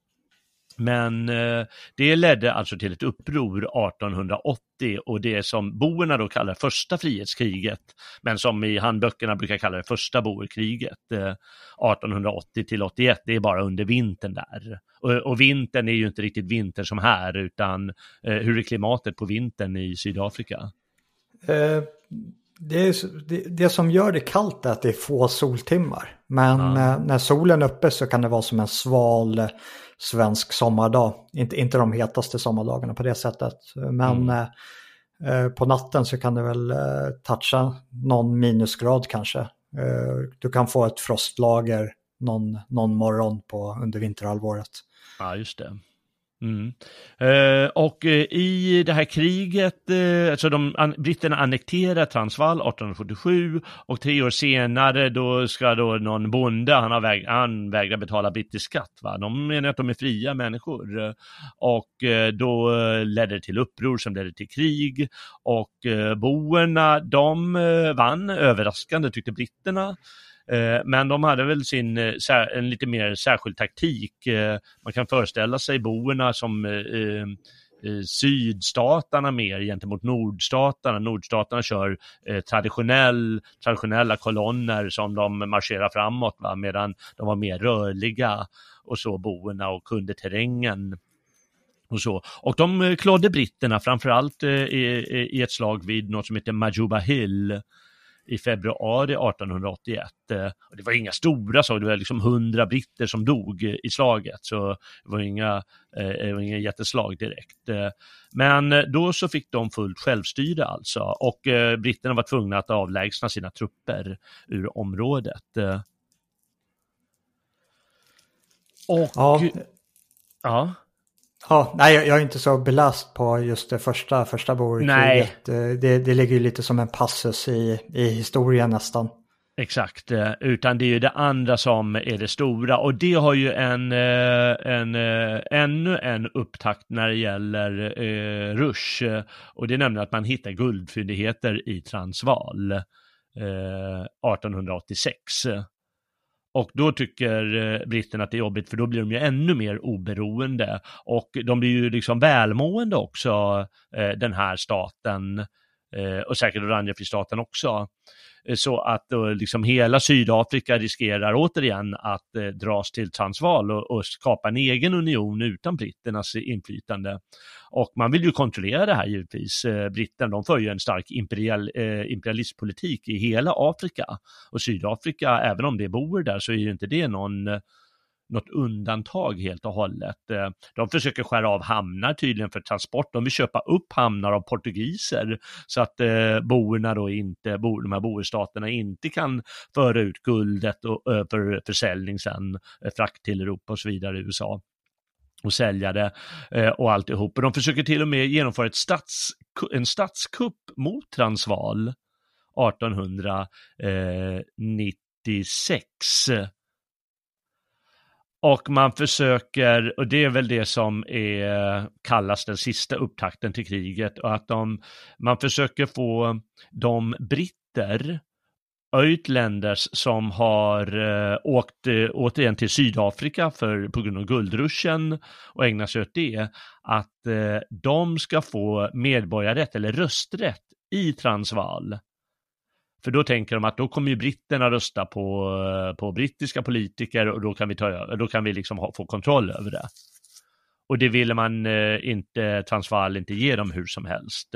Men eh, det ledde alltså till ett uppror arton åttio, och det som boerna då kallar första frihetskriget, men som i handböckerna brukar kalla det första boerkriget, eh, arton åttio till åttioett, det är bara under vintern där. Och, och vintern är ju inte riktigt vinter som här, utan eh, hur är klimatet på vintern i Sydafrika? Eh, Det, är, det, det som gör det kallt är att det är få soltimmar. Men Ja. när solen är uppe så kan det vara som en sval svensk sommardag. Inte, inte de hetaste sommardagarna på det sättet. Men mm. eh, på natten så kan det väl eh, toucha någon minusgrad kanske. Eh, du kan få ett frostlager någon, någon morgon på, under vinterhalvåret. Ja, just det. Mm. Eh, och eh, i det här kriget, eh, alltså de, an, britterna annekterar Transvaal arton sjuttiosju och tre år senare då ska då någon bonde, han, har väg, han vägrar betala brittisk skatt. Va? De menar att de är fria människor och eh, då ledde det till uppror som ledde till krig och eh, boerna, de eh, vann överraskande tyckte britterna. Men de hade väl sin en lite mer särskild taktik. Man kan föreställa sig boerna som eh, sydstaterna mer gentemot nordstaterna. Nordstaterna kör eh, traditionell, traditionella kolonner som de marscherar framåt, va? Medan de var mer rörliga och så boerna och kunde terrängen. Och, så. och de klådde britterna framförallt eh, i, i ett slag vid något som heter Majuba Hill i februari arton åttioett. Och det var inga stora slag, det var liksom hundra britter som dog i slaget, så det var inga, det var inga jätteslag direkt. Men då så fick de fullt självstyre alltså, och britterna var tvungna att avlägsna sina trupper ur området. Och ja. ja. Ja, nej, jag är inte så beläst på just det första, första boerkriget. Det, det ligger ju lite som en passus i, i historien nästan. Exakt, utan det är ju det andra som är det stora. Och det har ju en, en, ännu en upptakt när det gäller eh, Rush. Och det är nämligen att man hittar guldfyndigheter i Transvaal eh, arton åttiosex. Och då tycker britterna att det är jobbigt, för då blir de ju ännu mer oberoende. Och de blir ju liksom välmående också, eh, den här staten. Eh, och säkert Oranjefristaten också. Eh, så att då liksom hela Sydafrika riskerar återigen att eh, dras till Transvaal och, och skapa en egen union utan britternas inflytande. Och man vill ju kontrollera det här givetvis. Eh, britterna, de för ju en stark imperial, eh, imperialistpolitik i hela Afrika. Och Sydafrika, även om det bor där, så är ju inte det någon... något undantag helt och hållet. De försöker skära av hamnar tydligen för transport. De vill köpa upp hamnar av portugiser så att eh, boerna då inte, bo, de här boerstaterna inte kan föra ut guldet och, eh, för försäljning sen, eh, frakt till Europa och så vidare i U S A och sälja det eh, och alltihop. Och de försöker till och med genomföra ett stats, en statskupp mot Transvaal arton nittiosex. Och man försöker, och det är väl det som är, kallas den sista upptakten till kriget, och att de, man försöker få de britter, utländers som har eh, åkt eh, återigen till Sydafrika för, på grund av guldruschen och ägnar sig åt det, att eh, de ska få medborgarrätt eller rösträtt i Transvaal. För då tänker de att då kommer ju britterna rösta på, på brittiska politiker, och då kan vi, ta, då kan vi liksom ha, få kontroll över det. Och det ville man eh, inte, Transvaal inte ge dem hur som helst.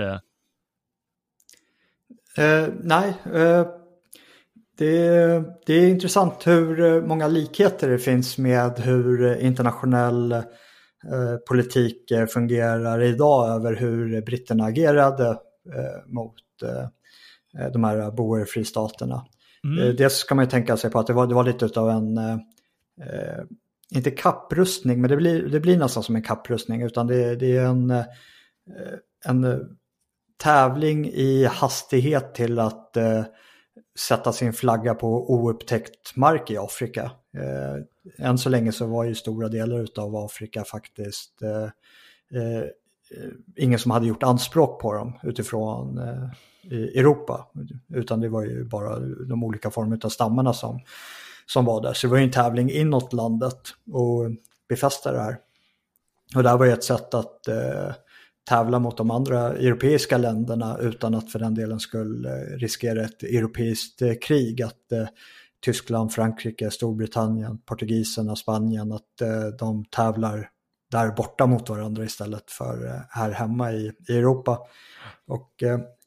Uh, nej, uh, det, det är intressant hur många likheter det finns med hur internationell uh, politik fungerar idag, över hur britterna agerade uh, mot... Uh, de här boerfristaterna. Mm. Det ska man ju tänka sig på att det var, det var lite av en, eh, inte kapprustning, men det blir, det blir nästan som en kapprustning, utan det, det är en, eh, en tävling i hastighet till att eh, sätta sin flagga på oupptäckt mark i Afrika. Eh, än så länge så var ju stora delar av Afrika faktiskt eh, eh, ingen som hade gjort anspråk på dem utifrån eh, i Europa, utan det var ju bara de olika former av stammarna som, som var där. Så det var ju en tävling inåt landet och befästa det här. Och det här var ju ett sätt att eh, tävla mot de andra europeiska länderna utan att för den delen skulle eh, riskera ett europeiskt eh, krig. Att eh, Tyskland, Frankrike, Storbritannien, Portugiserna, Spanien, att eh, de tävlar där borta mot varandra istället för eh, här hemma i, i Europa. Och eh,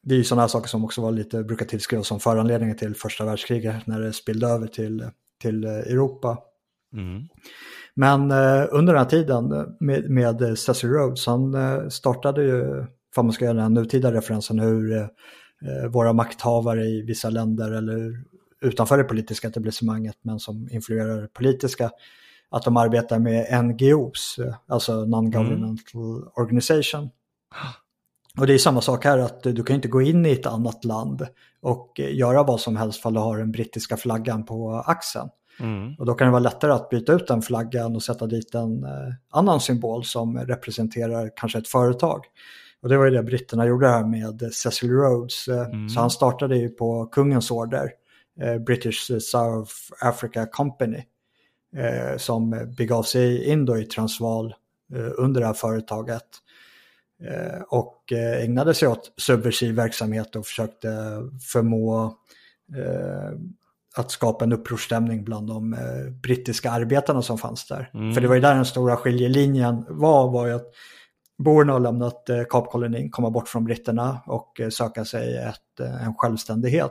det är ju sådana här saker som också var lite, brukar tillskrivas som föranledningen till första världskriget när det spillde över till, till Europa. Mm. Men eh, under den här tiden med, med Cecil Rhodes, han eh, startade ju, för man ska göra den nutida referensen, hur eh, våra makthavare i vissa länder eller utanför det politiska etablissemanget men som influerar det politiska, att de arbetar med N G Os, alltså Non-Governmental mm. Organization. Och det är samma sak här, att du kan inte gå in i ett annat land och göra vad som helst för att du har den brittiska flaggan på axeln. Mm. Och då kan det vara lättare att byta ut den flaggan och sätta dit en eh, annan symbol som representerar kanske ett företag. Och det var ju det britterna gjorde här med Cecil Rhodes. Mm. Så han startade ju på kungens order eh, British South Africa Company eh, som begav sig in då i Transvaal eh, under det här företaget. Eh, och eh, ägnade sig åt subversiv verksamhet och försökte förmå eh, att skapa en upprorstämning bland de eh, brittiska arbetarna som fanns där. Mm. För det var ju där den stora skiljelinjen var, var ju att boerna har lämnat eh, Kapkolonin, komma bort från britterna och eh, söka sig ett, eh, en självständighet.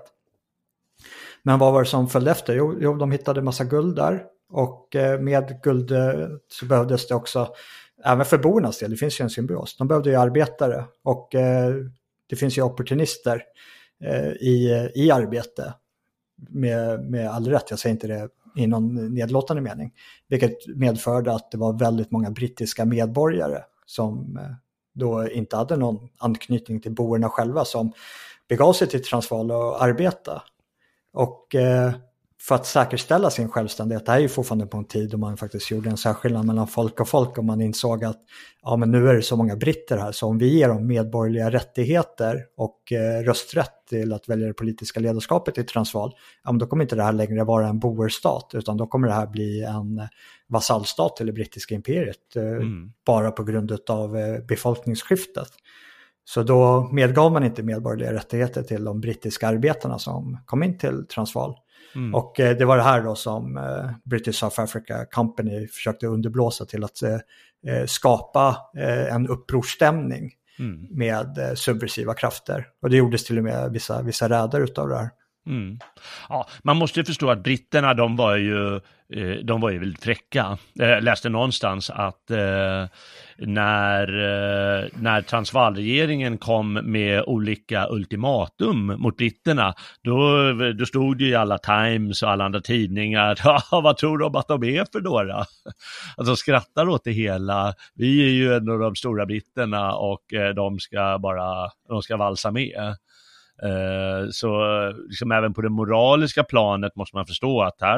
Men vad var det som följde efter? Jo, jo de hittade massa guld där och eh, med guld eh, så behövdes det också, även för boernas del, det finns ju en symbios. De behövde ju arbetare och eh, det finns ju opportunister eh, i, i arbete. Med, med all rätt, jag säger inte det i någon nedlåtande mening, vilket medförde att det var väldigt många brittiska medborgare som då inte hade någon anknytning till boerna själva som begav sig till Transvaal och arbeta. Och eh, för att säkerställa sin självständighet, det här är ju fortfarande på en tid då man faktiskt gjorde en särskillnad mellan folk och folk och man insåg att ja, men nu är det så många britter här, så om vi ger dem medborgerliga rättigheter och eh, rösträtt till att välja det politiska ledarskapet i Transvaal, ja, men då kommer inte det här längre vara en boerstat, utan då kommer det här bli en vasallstat till det brittiska imperiet, eh, mm. bara på grund av eh, befolkningsskiftet. Så då medgav man inte medborgerliga rättigheter till de brittiska arbetarna som kom in till Transvaal. Mm. Och eh, det var det här då som eh, British South Africa Company försökte underblåsa till att eh, skapa eh, en upprorstämning mm. med eh, subversiva krafter. Och det gjordes till och med vissa, vissa räder utav det här. Mm. Ja, man måste ju förstå att britterna, de var ju de var ju väldigt fräcka. Jag läste någonstans att eh, när, eh, när Transvaalregeringen kom med olika ultimatum mot britterna, då, då stod det i alla Times och alla andra tidningar, ja, vad tror de att de är för några? Alltså skrattar åt det hela. Vi är ju en av de stora britterna och eh, de ska bara de ska valsa med. Uh, så liksom även på det moraliska planet måste man förstå att här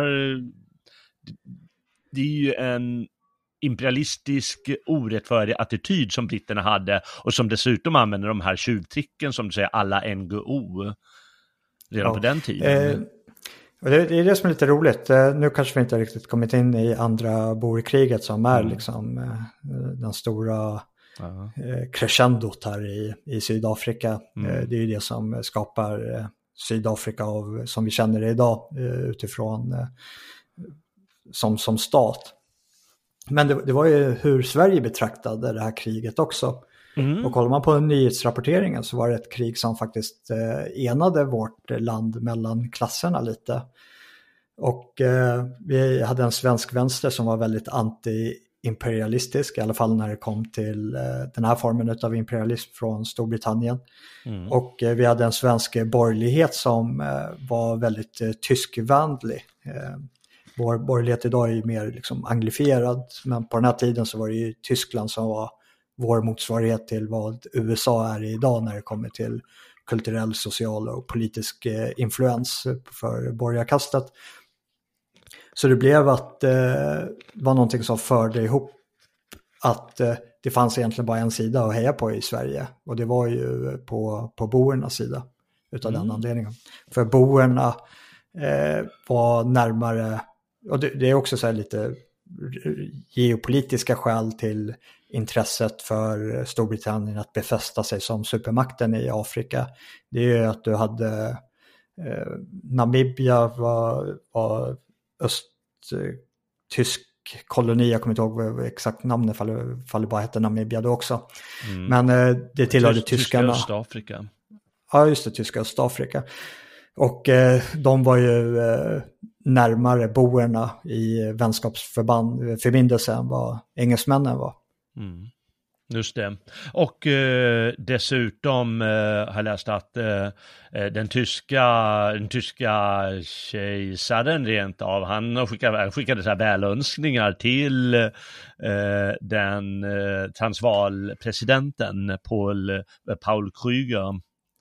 det är ju en imperialistisk orättfärdig attityd som britterna hade och som dessutom använder de här tjuvtricken som du säger alla N G O redan ja. på den tiden. Eh, och det, det är det som är lite roligt. Eh, nu kanske vi inte riktigt kommit in i andra boerkriget som är mm. liksom eh, den stora Uh-huh. crescendot här i, i Sydafrika. Mm. Det är ju det som skapar Sydafrika av, som vi känner det idag utifrån som, som stat. Men det, det var ju hur Sverige betraktade det här kriget också. Mm. Och kollar man på nyhetsrapporteringen så var det ett krig som faktiskt enade vårt land mellan klasserna lite. Och eh, vi hade en svensk vänster som var väldigt anti imperialistisk, i alla fall när det kom till eh, den här formen av imperialism från Storbritannien. Mm. Och eh, vi hade en svensk borgerlighet som eh, var väldigt eh, tyskvänlig. Eh, vår borgerlighet idag är ju mer liksom anglifierad, men på den här tiden så var det ju Tyskland som var vår motsvarighet till vad U S A är idag när det kommer till kulturell, social och politisk eh, influens för borgarkastet. Så det blev att det eh, var någonting som förde ihop att eh, det fanns egentligen bara en sida att heja på i Sverige. Och det var ju på, på boernas sida utav mm. den anledningen. För boerna eh, var närmare, och det, det är också så här lite geopolitiska skäl till intresset för Storbritannien att befästa sig som supermakten i Afrika. Det är ju att du hade eh, Namibia var, var östtysk koloni, jag kommer inte ihåg exakt namnet fall, fall det bara hette Namibia då också. Mm. Men eh, det tillhörde Tysk, tyskarna. Östafrika. ja just det, tyska Östafrika. Och eh, de var ju eh, närmare boerna i vänskapsförbindelsen än vad engelsmännen var. Mm. Just det. Och eh, dessutom eh, har jag läst att eh, den tyska den tyska kejsaren rent av, han skickade, skickade så här välönskningar till eh, den eh, Transvaal-presidenten Paul, eh, Paul Krüger.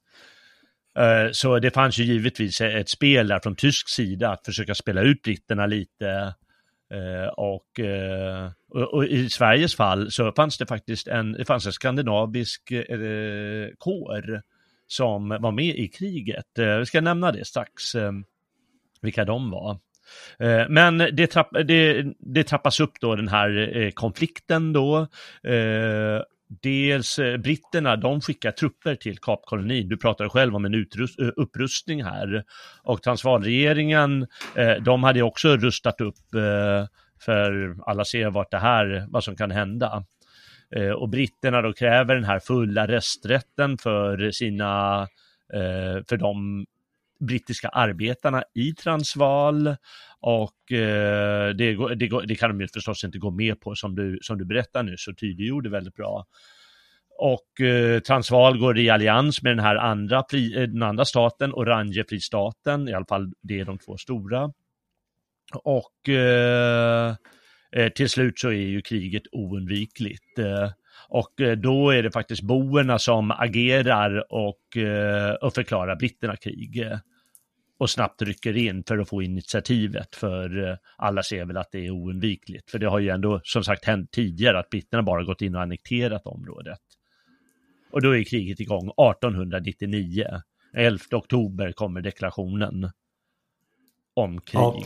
Eh, så det fanns ju givetvis ett spel där från tysk sida att försöka spela ut britterna lite. Uh, och, uh, och, och i Sveriges fall så fanns det faktiskt en, det fanns en skandinavisk uh, kår som var med i kriget. Uh, vi ska nämna det strax, uh, vilka de var. Uh, men det, trapp, det, det trappas upp då, den här uh, konflikten då. Uh, dels uh, britterna, de skickar trupper till Kapkolonin. Du pratade själv om en utrust, uh, upprustning här. Och Transvaalregeringen, uh, de hade också rustat upp, uh, för alla ser vart det här, vad som kan hända. Uh, och britterna då kräver den här fulla resträtten för sina, uh, för de brittiska arbetarna i Transvaal. Och eh, det, det, det kan de ju förstås inte gå med på, som du, som du berättar nu, så tydliggjorde väldigt bra. Och eh, Transvaal går i allians med den här andra, den andra staten, Oranje-fristaten, i alla fall det är de två stora. Och eh, till slut så är ju kriget oundvikligt. Eh, och eh, då är det faktiskt boerna som agerar och, eh, och förklarar britterna krig. Och snabbt rycker in för att få initiativet, för alla ser väl att det är oundvikligt. För det har ju ändå som sagt hänt tidigare att britterna bara gått in och annekterat området. Och då är kriget igång arton nittionio. elfte oktober kommer deklarationen om krig. Ja.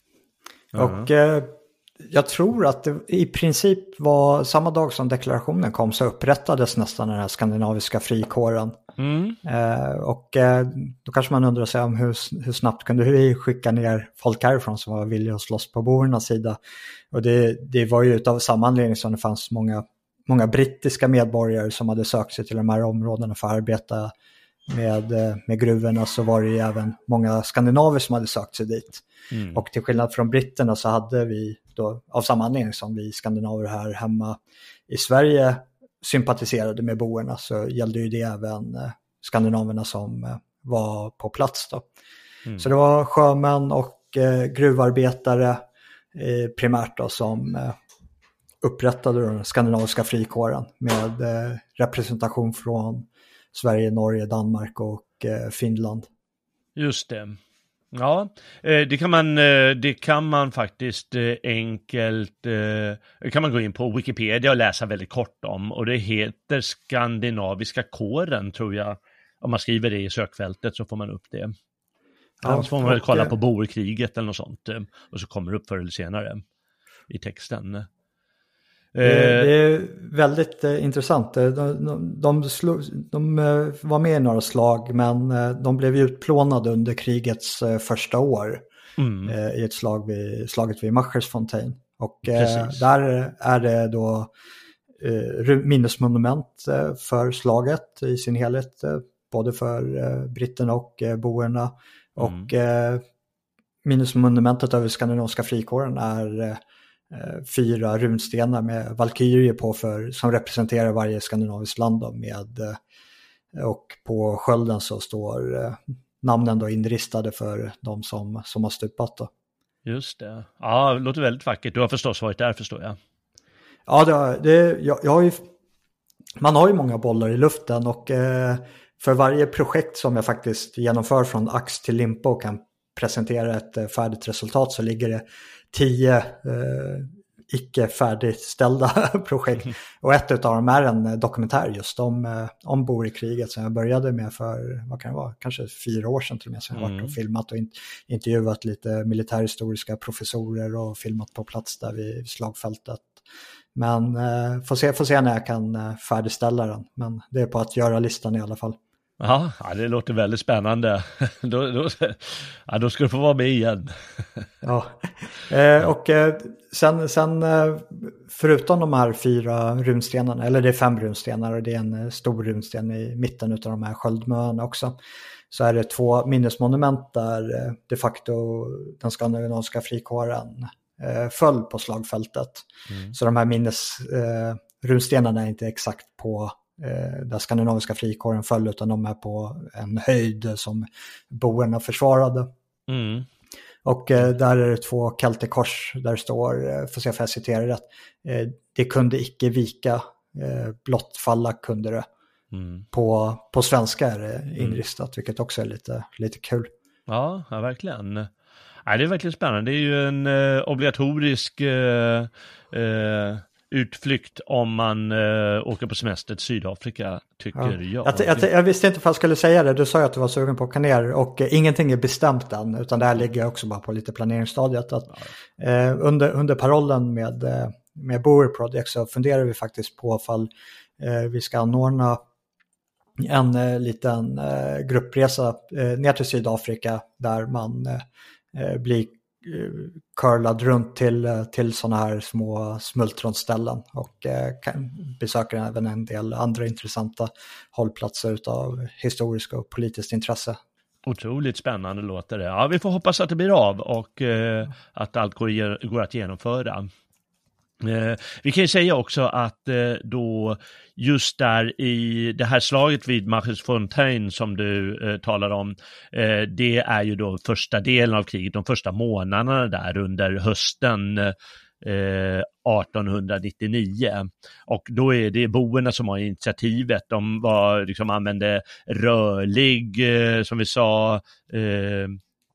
Och uh-huh. eh, jag tror att det i princip var samma dag som deklarationen kom så upprättades nästan den här skandinaviska frikåren. Mm. Eh, och eh, då kanske man undrar sig om hur, hur snabbt kunde vi skicka ner folk härifrån som var villiga att slåss på boernas sida. Och det, det var ju utav samma anledning som det fanns många, många brittiska medborgare som hade sökt sig till de här områdena för att arbeta med, med gruvorna, så var det ju även många skandinaver som hade sökt sig dit. Mm. Och till skillnad från britterna så hade vi då, av samma anledning som vi skandinaver här hemma i Sverige sympatiserade med boerna, så gällde ju det även eh, skandinaverna som eh, var på plats då. Mm. Så det var sjömän och eh, gruvarbetare eh, primärt då, som eh, upprättade den skandinaviska frikåren med eh, representation från Sverige, Norge, Danmark och eh, Finland. Just det. Ja, det kan man, det kan man faktiskt enkelt, kan man gå in på Wikipedia och läsa väldigt kort om, och det heter Skandinaviska kåren, tror jag. Om man skriver det i sökfältet så får man upp det. Annars får man väl kolla på boerkriget eller något sånt, och så kommer det upp förr eller senare i texten. Det, det är väldigt eh, intressant. De, de, de, slog, de eh, var med i några slag, men eh, de blev utplånade under krigets eh, första år mm. eh, i ett slag vid, slaget vid Machersfontein. Och eh, där är det då eh, minnesmonument eh, för slaget i sin helhet, eh, både för eh, britterna och eh, boerna. Mm. Och eh, minnesmonumentet över skandinaviska frikåren är eh, fyra runstenar med valkyrier på, för, som representerar varje skandinaviskt land då, med, och på skölden så står eh, namnen då inristade för de som, som har stupat då. Just det. Ja, det låter väldigt vackert. Du har förstås varit där, förstår jag. Ja, det, det, jag, jag har ju, man har ju många bollar i luften, och eh, för varje projekt som jag faktiskt genomför från ax till limpa och kan presentera ett eh, färdigt resultat, så ligger det tio eh, icke färdigställda projekt. Mm. Och ett av dem är en dokumentär just om, eh, om bor i kriget som jag började med för, vad kan det vara, kanske fyra år sedan tror jag, som jag mm. varit och filmat och in, intervjuat lite militärhistoriska professorer och filmat på plats där vid slagfältet. Men eh, får, se, får se när jag kan eh, färdigställa den. Men det är på att göra listan i alla fall. Ja, det låter väldigt spännande. då, då, ja, då ska du få vara med igen. Ja, eh, och eh, sen, sen eh, förutom de här fyra runstenarna, eller det är fem runstenar och det är en stor runsten i mitten av de här sköldmöarna också, så är det två minnesmonument där eh, de facto den skandinaviska frikåren eh, föll på slagfältet. Mm. Så de här minnes eh, runstenarna är inte exakt på där skandinaviska frikåren föll, utan de är på en höjd som boerna försvarade. Mm. Och eh, där är det två keltekors där det står, eh, får se om jag citerar rätt, eh, det kunde icke vika, eh, blott falla kunde det. Mm. På, på svenska är det inristat, mm. vilket också är lite, lite kul. Ja, ja verkligen. Ja, det är verkligen spännande. Det är ju en eh, obligatorisk eh, eh, utflykt om man äh, åker på semester till Sydafrika, tycker ja. jag. Jag, jag. Jag visste inte om jag skulle säga det. Du sa ju att du var sugen på att åka ner och eh, ingenting är bestämt än, utan det här ligger också bara på lite planeringsstadiet. Att, ja. eh, under, under parollen med, eh, med Boer Project så funderar vi faktiskt på ifall eh, vi ska anordna en eh, liten eh, gruppresa eh, ner till Sydafrika där man eh, blir curlad runt till, till sådana här små smultronställen och eh, kan besöka även en del andra intressanta hållplatser utav historiskt och politiskt intresse. Otroligt spännande låter det. Ja, vi får hoppas att det blir av och eh, att allt går, går att genomföra. Eh, vi kan ju säga också att eh, då just där i det här slaget vid Marsfontein som du eh, talar om, eh, det är ju då första delen av kriget, de första månaderna där under hösten eh, artonhundranittionio, och då är det boerna som har initiativet. De var liksom använde rörlig, eh, som vi sa, eh,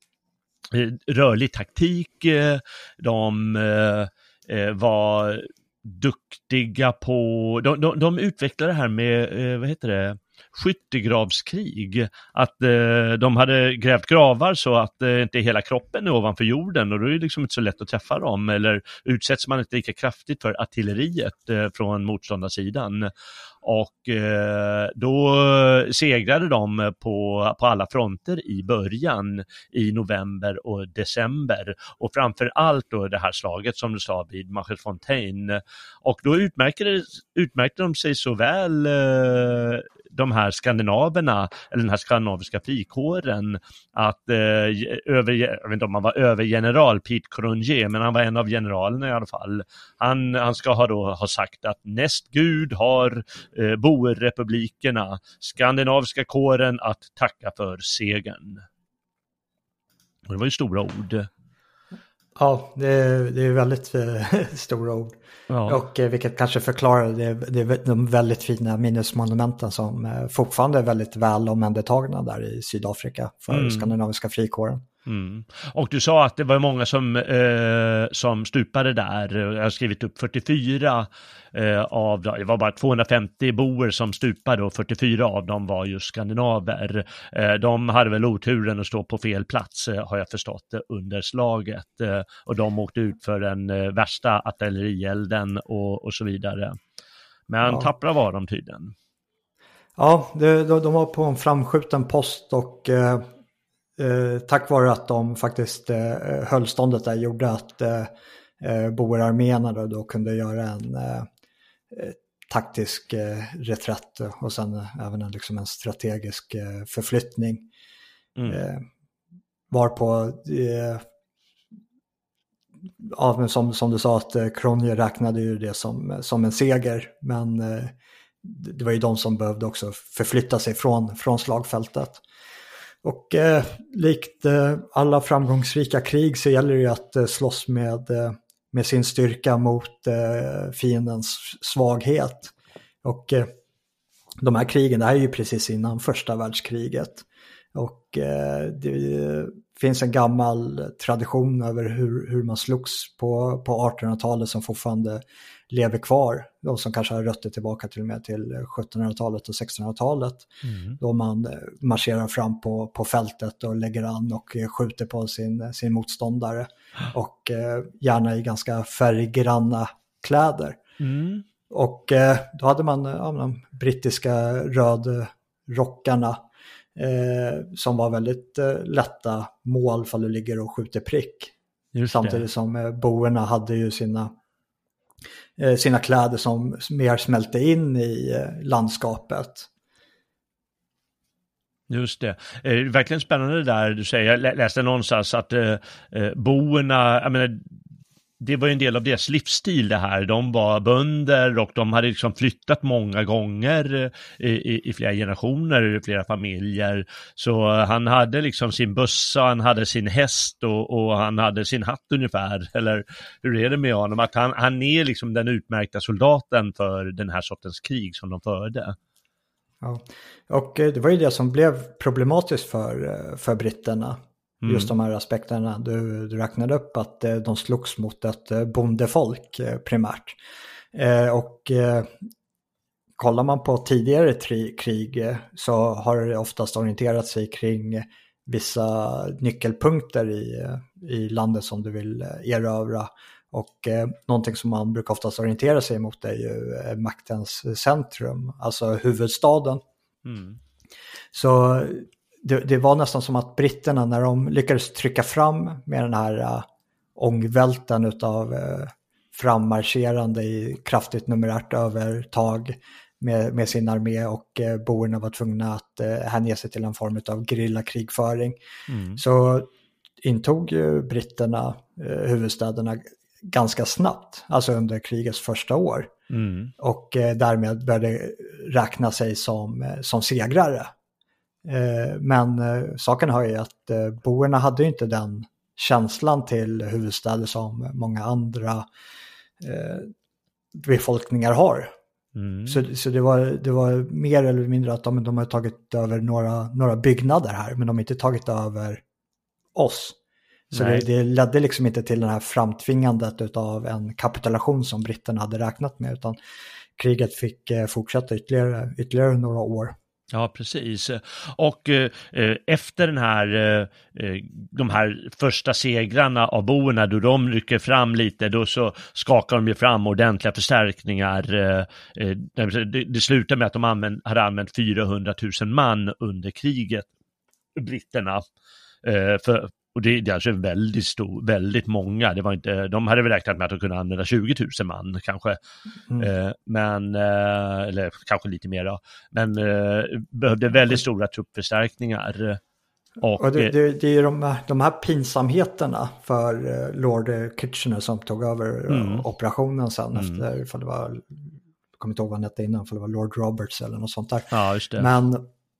rörlig taktik, eh, de eh, var duktiga på, de, de, de utvecklade det här med, eh, vad heter det, skyttegravskrig, att eh, de hade grävt gravar så att eh, inte hela kroppen är ovanför jorden, och då är det liksom inte så lätt att träffa dem, eller utsätts man inte lika kraftigt för artilleriet eh, från motståndarsidan. Och eh, då segrade de på, på alla fronter i början i november och december, och framför allt då det här slaget som du sa vid Marsfontein, och då utmärkte, utmärkte de sig så väl eh, de här skandinaverna, eller den här skandinaviska frikåren, att eh, över, jag vet inte om han var övergeneral Piet Cronje, men han var en av generalerna i alla fall. Han, han ska ha då ha sagt att näst Gud har eh, boerrepublikerna, skandinaviska kåren att tacka för segern. Och det var ju stora ord. Ja, det är, det är väldigt stora ord. Ja. Och eh, vilket kanske förklarar det, det är de väldigt fina minnesmonumenten som eh, fortfarande är väldigt väl omhändertagna där i Sydafrika för mm. skandinaviska frikåren. Mm. Och du sa att det var många som, eh, som stupade där. Jag har skrivit upp fyrtiofyra eh, av dem. Det var bara tvåhundrafemtio boer som stupade, och fyrtiofyra av dem var just skandinaver. Eh, de hade väl oturen att stå på fel plats, eh, har jag förstått, under slaget. Eh, och de åkte ut för den eh, värsta artillerielden och, och så vidare. Men ja. Tappra var de tydligen. Ja, det, de, de var på en framskjuten post, och eh... Eh, tack vare att de faktiskt eh, höll ståndet där gjorde att eh, boerarméerna då, då kunde göra en eh, taktisk eh, reträtt och sen eh, även en, liksom en strategisk eh, förflyttning. Mm. Eh, varpå eh, ja, men som, som du sa att eh, Cronje räknade ju det som, som en seger, men eh, det var ju de som behövde också förflytta sig från, från slagfältet. Och eh, likt eh, alla framgångsrika krig så gäller det ju att eh, slåss med, eh, med sin styrka mot eh, fiendens svaghet. Och eh, de här krigen, det här är ju precis innan första världskriget. Och eh, det finns en gammal tradition över hur, hur man slogs på, på artonhundratalet som fortfarande lever kvar. De som kanske har rötter tillbaka till och med till sjuttonhundratalet och sextonhundratalet. Mm. Då man marscherar fram på, på fältet och lägger an och skjuter på sin, sin motståndare. Och eh, gärna i ganska färggranna kläder. Mm. Och eh, då hade man ja, de brittiska röd, rockarna eh, som var väldigt eh, lätta mål för du ligger och skjuter prick. Just Samtidigt det. som eh, boerna hade ju sina, eh, sina kläder som mer smälte in i eh, landskapet. Just det. Eh, verkligen spännande det där du säger. Jag lä- läste någonstans att eh, eh, boerna, jag menar, det var ju en del av deras livsstil det här. De var bönder och de hade liksom flyttat många gånger i, i, i flera generationer, i flera familjer. Så han hade liksom sin bössa, han hade sin häst och, och han hade sin hatt ungefär. Eller hur är det med honom? Att han, han är liksom den utmärkta soldaten för den här sortens krig som de förde. Ja, och det var ju det som blev problematiskt för, för britterna. Mm. Just de här aspekterna du, du räknade upp, att de slogs mot ett bondefolk primärt. Och kollar man på tidigare tri- krig så har det oftast orienterat sig kring vissa nyckelpunkter i, i landet som du vill erövra. Och eh, någonting som man brukar oftast orientera sig mot är ju eh, maktens centrum, alltså huvudstaden. Mm. Så det, det var nästan som att britterna, när de lyckades trycka fram med den här uh, ångvälten utav uh, frammarscherande i kraftigt numerärt övertag med, med sin armé, och uh, boerna var tvungna att uh, hänge sig till en form av gerillakrigföring. Mm. Så intog ju britterna uh, huvudstäderna ganska snabbt, alltså under krigets första år. Mm. Och eh, därmed började räkna sig som, eh, som segrare. Eh, men eh, saken har ju att eh, boerna hade ju inte den känslan till huvudstäder som många andra eh, befolkningar har. Mm. Så, så det, var, det var mer eller mindre att de, de har tagit över några, några byggnader här, men de har inte tagit över oss. Så det, det ledde liksom inte till det här framtvingandet av en kapitulation som britterna hade räknat med, utan kriget fick eh, fortsätta ytterligare, ytterligare några år. Ja, precis. Och eh, efter den här, eh, de här första segrarna av boerna, då de rycker fram lite, då så skakar de ju fram ordentliga förstärkningar. Eh, det, det slutar med att de använd, hade använt fyrahundratusen man under kriget, britterna. Eh, för Och det, det är alltså väldigt stor, väldigt många. Det var inte, de hade väl räknat med att de kunde använda tjugo tusen man kanske. Mm. Eh, men, eh, eller kanske lite mer då. Men eh, behövde väldigt stora truppförstärkningar. Och, och det, det, det är de, de här pinsamheterna för eh, Lord Kitchener som tog över mm. operationen sen mm. efter, för det var, jag kommer inte ihåg vad han hette innan, för det var Lord Roberts eller något sånt där. Ja, just det. Men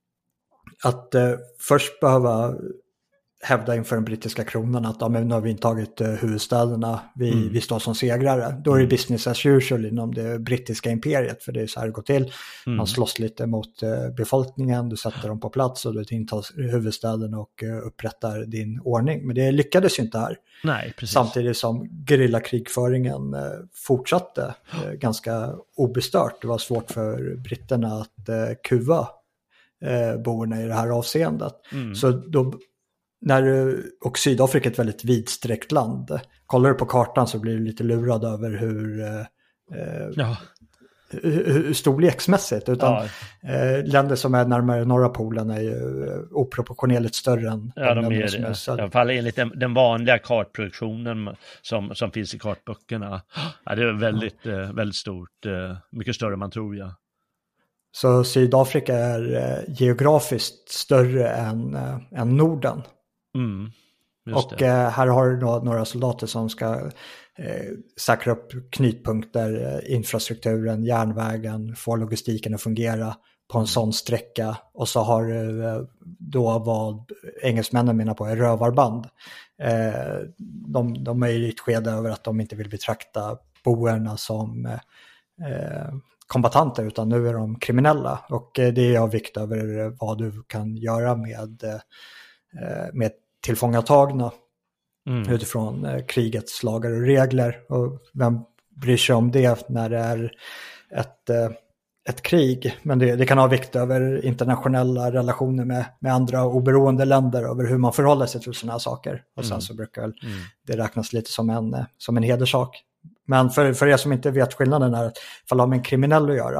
att eh, först behöva hävda inför den brittiska kronan att ja, men nu har vi intagit uh, huvudstäderna, vi, mm. vi står som segrare. Då är det business as usual inom det brittiska imperiet, för det är så här det går till. Mm. Man slåss lite mot uh, befolkningen, du sätter dem på plats och du intar huvudstäderna och uh, upprättar din ordning. Men det lyckades ju inte här. Nej, precis. Samtidigt som gerillakrigföringen uh, fortsatte uh, ganska obestört. Det var svårt för britterna att uh, kuva uh, boerna i det här avseendet. Mm. Så då När, och Sydafrika är ett väldigt vidsträckt land. Kollar du på kartan så blir du lite lurad över hur, eh, ja. hur storleksmässigt. Utan ja. eh, länder som är närmare norra polen är ju oproportionerligt större än ja, de är det. Är, I alla fall enligt den, den vanliga kartproduktionen som, som finns i kartböckerna. Ja, det är väldigt, ja. eh, väldigt stort, eh, mycket större än man tror, ja. Så Sydafrika är eh, geografiskt större än, eh, än Norden. Mm, och eh, här har du då några soldater som ska eh, säkra upp knutpunkter, eh, infrastrukturen, järnvägen, få logistiken att fungera på en sån sträcka. Och så har du eh, då vad engelsmännen menar på är rövarband. Eh, de, de är i ett skede över att de inte vill betrakta boerna som eh, kombatanter, utan nu är de kriminella. Och eh, det är av vikt över vad du kan göra med, eh, med tillfångatagna mm. utifrån eh, krigets lagar och regler. Och vem bryr sig om det när det är ett, eh, ett krig? Men det, det kan ha vikt över internationella relationer med, med andra oberoende länder, över hur man förhåller sig till sådana här saker. Och sen mm. så brukar väl mm. det räknas lite som en, som en hederssak. Men för, för er som inte vet skillnaden är att ifall de har med en kriminell att göra,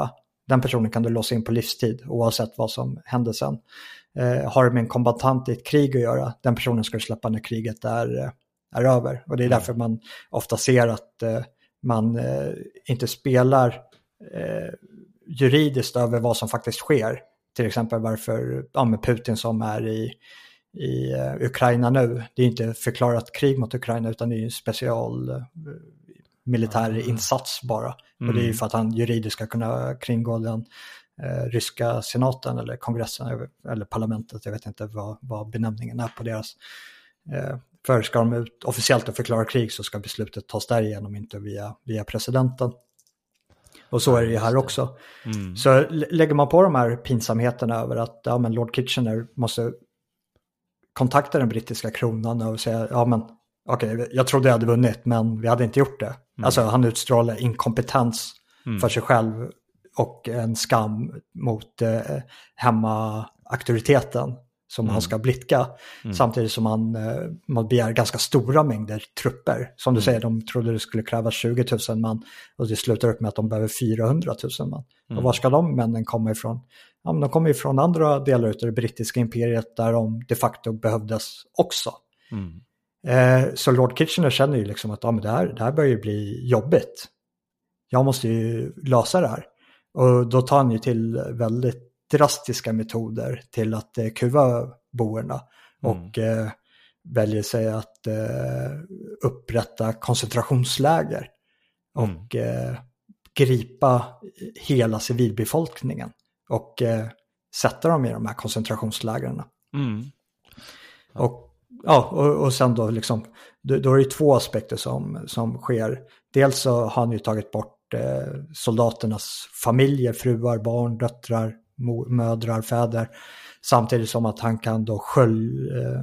Den personen kan du låsa in på livstid oavsett vad som händer sen. Eh, har det med en kombatant i ett krig att göra, den personen ska du släppa när kriget är, är över. Och det är därför man ofta ser att eh, man eh, inte spelar eh, juridiskt över vad som faktiskt sker. Till exempel varför ja, med Putin som är i, i uh, Ukraina nu. Det är inte förklarat krig mot Ukraina utan det är en special uh, militär mm. insats bara. Mm. Och det är ju för att han juridiskt ska kunna kringgå den uh, ryska senaten eller kongressen eller parlamentet. Jag vet inte vad, vad benämningen är på deras. Uh, för ska de ut officiellt och förklara krig så ska beslutet tas därigenom, inte via, via presidenten. Och så är det ju här också. Mm. Så lägger man på de här pinsamheterna över att ja, men Lord Kitchener måste kontakta den brittiska kronan och säga ja men okej, okay, jag trodde jag hade vunnit men vi hade inte gjort det. Mm. Alltså han utstrålar inkompetens mm. för sig själv och en skam mot eh, hemma-auktoriteten som mm. han ska blicka. Mm. Samtidigt som han eh, man begär ganska stora mängder trupper. Som du mm. säger, de trodde det skulle krävas tjugo tusen man och det slutar upp med att de behöver fyrahundra tusen man. Mm. Och var ska de männen komma ifrån? Ja, men de kommer ifrån andra delar av det brittiska imperiet där de de facto behövdes också. Mm. Eh, så Lord Kitchener känner ju liksom att ja, men det, här, det här börjar ju bli jobbigt. Jag måste ju lösa det här. Och då tar han ju till väldigt drastiska metoder till att eh, kuva boerna och mm. eh, väljer sig att eh, upprätta koncentrationsläger mm. och eh, gripa hela civilbefolkningen och eh, sätta dem i de här koncentrationslägren. Mm. Ja. Och, ja, och, och sen då liksom, då, då är det två aspekter som, som sker. Dels så har han ju tagit bort eh, soldaternas familjer, fruar, barn, döttrar, mödrar, fäder, samtidigt som att han kan då skölj, eh,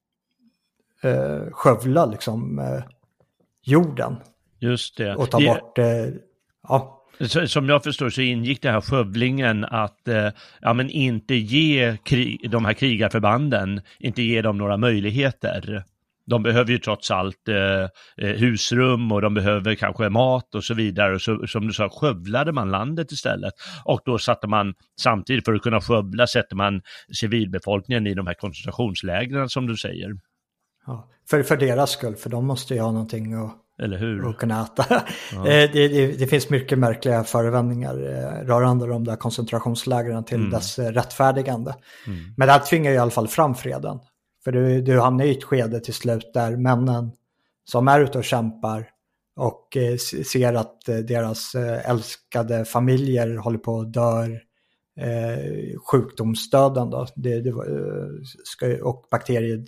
eh, skövla liksom eh, jorden. Just det. Och ta det... bort eh, ja. Som jag förstår så ingick det här skövlingen att eh, ja, men inte ge krig, de här krigarförbanden, inte ge dem några möjligheter. De behöver ju trots allt eh, husrum och de behöver kanske mat och så vidare. Och så, som du sa, skövlade man landet istället. Och då satte man, samtidigt för att kunna skövla, sätter man civilbefolkningen i de här koncentrationslägren som du säger. Ja, för, för deras skull, för de måste ju ha någonting att, Eller hur? att kunna äta. Ja. det, det, det finns mycket märkliga förevändningar eh, rörande de där koncentrationslägren till mm. dess eh, rättfärdigande. Mm. Men det här tvingar ju i alla fall fram freden. För du, du hamnar i ett skede till slut där männen som är ute och kämpar och eh, ser att eh, deras eh, älskade familjer håller på att dör eh, sjukdomsdöden då. Det, det, eh, ska, och bakterier,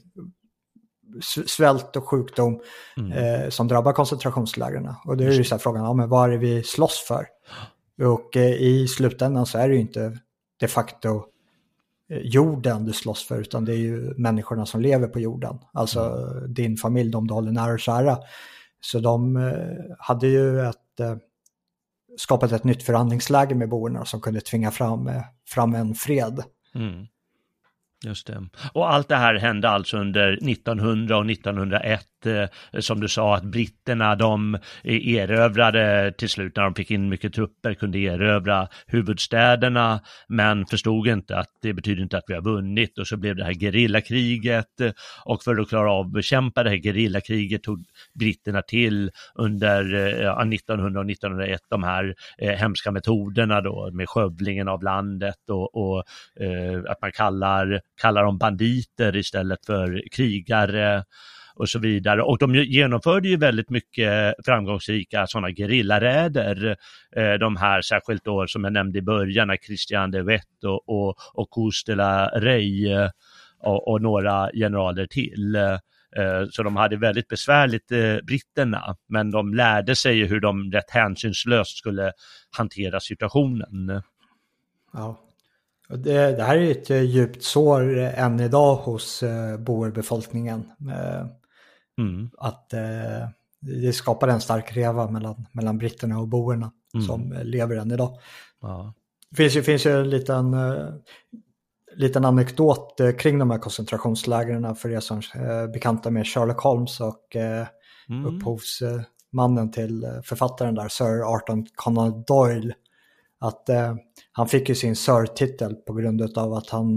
svält och sjukdom mm. eh, som drabbar koncentrationslägren. Och det är ju så här frågan, ja, men vad är det vi slåss för? Och eh, i slutändan så är det ju inte de facto jorden du slåss för, utan det är ju människorna som lever på jorden. Alltså mm. din familj, de du håller nära och kära. Så de eh, hade ju ett, eh, skapat ett nytt förhandlingsläge med boerna som kunde tvinga fram, eh, fram en fred. Mm. Just det. Och allt det här hände alltså under nittonhundra och nittonhundraett, eh, som du sa, att britterna de erövrade till slut när de fick in mycket trupper, kunde erövra huvudstäderna, men förstod inte att det betyder inte att vi har vunnit, och så blev det här gerillakriget, och för att klara av att bekämpa det här gerillakriget tog britterna till under eh, nittonhundra och nittonhundraett de här eh, hemska metoderna då med skövlingen av landet och, och eh, att man kallar kallar dem banditer istället för krigare och så vidare. Och de genomförde ju väldigt mycket framgångsrika sådana gerillaräder. De här särskilt då som jag nämnde i början, Christian de Wet och, och, och Couste de la Rey och, och några generaler till. Så de hade väldigt besvärligt, britterna, men de lärde sig hur de rätt hänsynslöst skulle hantera situationen. Ja. Det, det här är ett djupt sår än idag hos eh, boerbefolkningen. Eh, mm. Att eh, det skapar en stark reva mellan, mellan britterna och boerna mm. som eh, lever än idag. Ja. Det finns ju, finns ju en liten, eh, liten anekdot eh, kring de här koncentrationslägren för er som eh, bekanta med Sherlock Holmes och eh, mm. upphovsmannen till författaren där, Sir Arthur Conan Doyle. att eh, han fick ju sin Sir-titel på grund av att han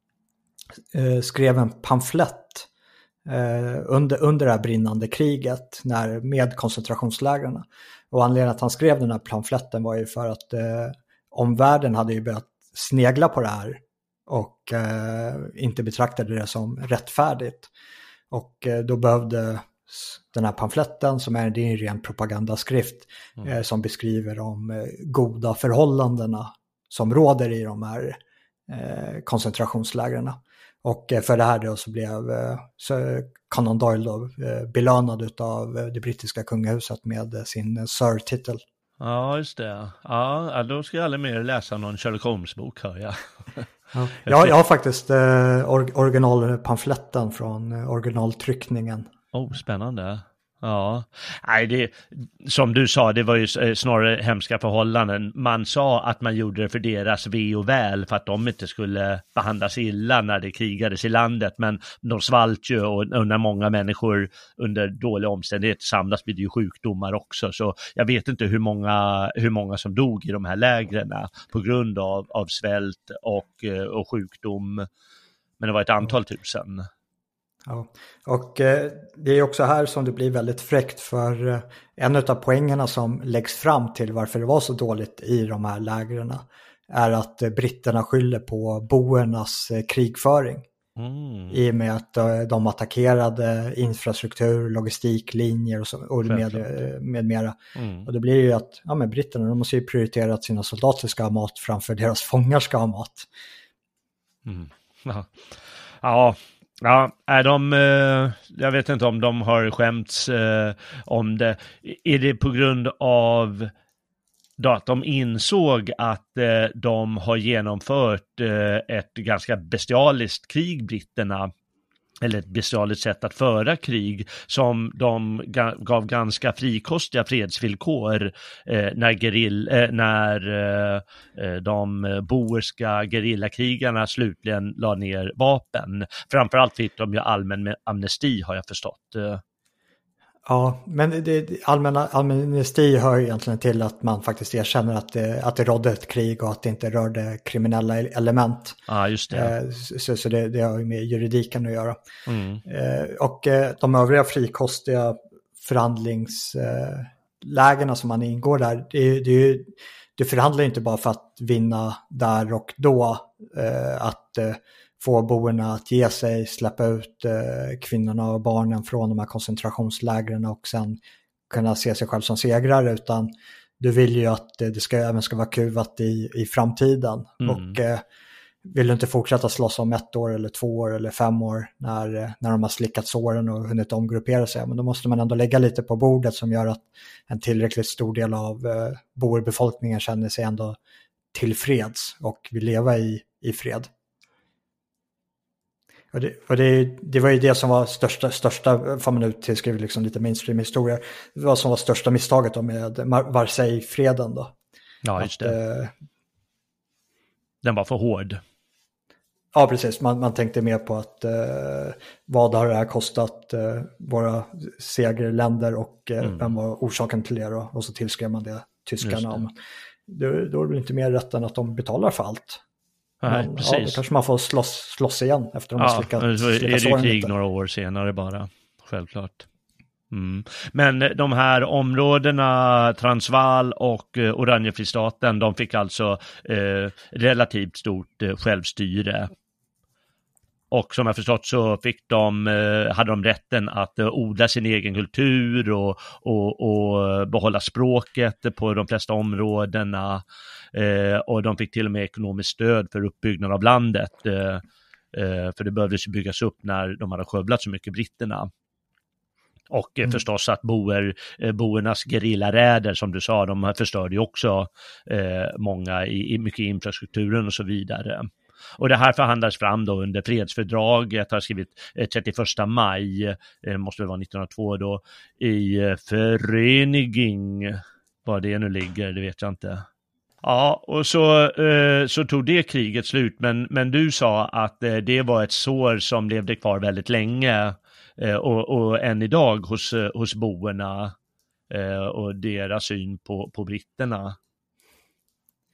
eh, skrev en pamflett eh, under, under det här brinnande kriget när, med koncentrationslägren. Och anledningen att han skrev den här pamfletten var ju för att eh, omvärlden hade ju börjat snegla på det här och eh, inte betraktade det som rättfärdigt. Och eh, då behövde den här pamfletten, som är en ren propagandaskrift mm. eh, som beskriver de eh, goda förhållandena som råder i de här eh, koncentrationslägren. Och eh, för det här då så blev eh, så Conan Doyle då, eh, belönad av eh, det brittiska kungahuset med eh, sin Sir-titel. Ja, just det. Ja, då ska jag aldrig mer läsa någon Sherlock Holmes-bok, hör jag. Ja, jag, jag har faktiskt eh, or- originalpamfletten från eh, originaltryckningen. Oh, spännande. Ja, nej, det, som du sa, det var ju snarare hemska förhållanden. Man sa att man gjorde det för deras ve och väl, för att de inte skulle behandlas illa när det krigades i landet. Men de svalt ju, och när många människor under dåliga omständigheter samlas blir det ju sjukdomar också. Så jag vet inte hur många, hur många som dog i de här lägren på grund av, av svält och, och sjukdom. Men det var ett antal tusen. Ja, och eh, det är också här som det blir väldigt fräckt, för eh, en av poängerna som läggs fram till varför det var så dåligt i de här lägren är att eh, britterna skyller på boernas eh, krigföring. Mm. I och med att eh, de attackerade infrastruktur, logistiklinjer och, så, och med, med mera. Mm. Och det blir ju att ja, men britterna, de måste ju prioritera att sina soldater ska ha mat framför deras fångar ska ha mat. Mm. Ja. Ja. Ja, är de, eh, jag vet inte om de har skämts eh, om det. Är det på grund av då att de insåg att eh, de har genomfört eh, ett ganska bestialiskt krig, britterna, eller ett bestialiskt sätt att föra krig, som de ga- gav ganska frikostiga fredsvillkor eh, när, gerill- eh, när eh, de boerska gerillakrigarna slutligen la ner vapen. Framförallt fick de ju allmän amnesti, har jag förstått. Ja, men det, allmänna amnesti hör egentligen till att man faktiskt erkänner att det, att det rådde ett krig och att det inte rörde kriminella element. Ja, just det. Eh, så så det, det har ju med juridiken att göra. Mm. Eh, och eh, de övriga frikostiga förhandlingslägena som man ingår där, det, det, det förhandlar inte bara för att vinna där och då, eh, att eh, få boerna att ge sig, släppa ut eh, kvinnorna och barnen från de här koncentrationslägren och sen kunna se sig själv som segrare, utan du vill ju att det ska, även ska vara kuvat i, i framtiden. Mm. Och eh, vill du inte fortsätta slåss om ett år eller två år eller fem år när, när de har slickat såren och hunnit omgruppera sig, men då måste man ändå lägga lite på bordet som gör att en tillräckligt stor del av eh, boerbefolkningen känner sig ändå tillfreds och vill leva i, i fred. Och, det, och det, det var ju det som var största, största får man ut tillskriva liksom lite mainstream-historia, det var som var största misstaget då med Marseille-freden då. Ja, just det. Att, eh, den var för hård. Ja, precis. Man, man tänkte mer på att eh, vad har det här kostat eh, våra segerländer och eh, mm. vem var orsaken till det då? Och så tillskrev man det tyskarna om. Det, då är det väl inte mer rätt än att de betalar för allt. Nej, men, precis. Ja, då kanske man får slåss, slåss igen efter att de ja, har slickat, så är slickat det ju krig lite. några år senare bara, självklart. Mm. Men de här områdena, Transvaal och eh, Oranjefristaten, de fick alltså eh, relativt stort eh, självstyre. Och som jag förstått så fick de, eh, hade de rätten att eh, odla sin egen kultur och, och, och behålla språket på de flesta områdena. Eh, och de fick till och med ekonomiskt stöd för uppbyggnad av landet. Eh, eh, för det behövdes ju byggas upp när de hade skövlat så mycket britterna. Och eh, mm. förstås att boer, eh, boernas gerillaräder, som du sa, de förstörde ju också eh, många i, i mycket infrastrukturen och så vidare. Och det här förhandlades fram då under fredsfördraget, har skrivit eh, trettioförsta maj, eh, måste det vara nittonhundratvå då, i eh, Vereeniging, var det nu ligger, det vet jag inte. Ja, och så, eh, så tog det kriget slut, men, men du sa att eh, det var ett sår som levde kvar väldigt länge eh, och, och än idag hos, hos boerna eh, och deras syn på, på britterna.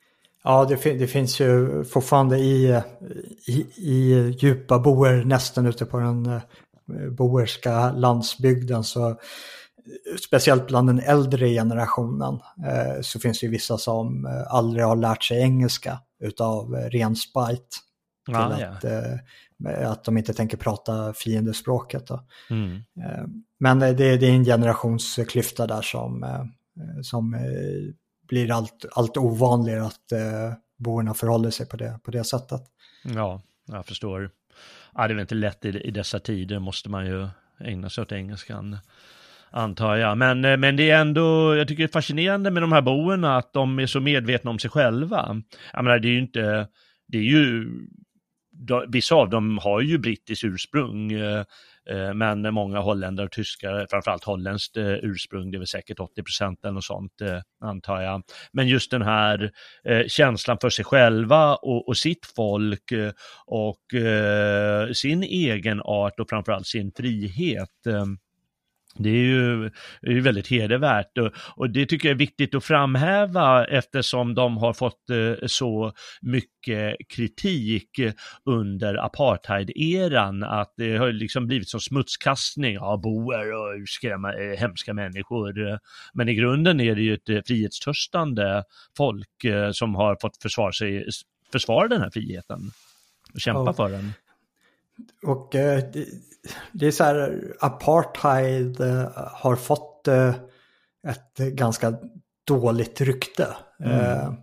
Ja, det, fin- det finns ju fortfarande i, i, i djupa boer nästan ute på den uh, boerska landsbygden, så speciellt bland den äldre generationen uh, så finns det ju vissa som uh, aldrig har lärt sig engelska utav uh, ren spite till ah, att, ja. uh, att de inte tänker prata fiendespråket. Då. Mm. Uh, men det, det är en generationsklyfta där som, uh, som uh, blir allt, allt ovanligare att uh, boerna förhåller sig på det, på det sättet. Ja, jag förstår. Ja, det är väl inte lätt i, i dessa tider, måste man ju ägna sig åt engelskan, antar jag. Men, men det är ändå, jag tycker det är fascinerande med de här boerna att de är så medvetna om sig själva. Jag menar, det är ju inte, det är ju, vissa av dem har ju brittiskt ursprung, men många holländare och tyskar, framförallt holländskt ursprung, det är väl säkert åttio procent eller något sånt, antar jag. Men just den här känslan för sig själva och, och sitt folk och sin egen art och framförallt sin frihet, det är ju, det är ju väldigt hedervärt, och, och det tycker jag är viktigt att framhäva eftersom de har fått eh, så mycket kritik under apartheid-eran, att det har liksom blivit som smutskastning av boer och skrämma, eh, hemska människor. Men i grunden är det ju ett eh, frihetstörstande folk eh, som har fått försvara, sig, försvara den här friheten och kämpa ja. för den. Och eh, det, det är så här, apartheid eh, har fått eh, ett ganska dåligt rykte. Mm. Eh,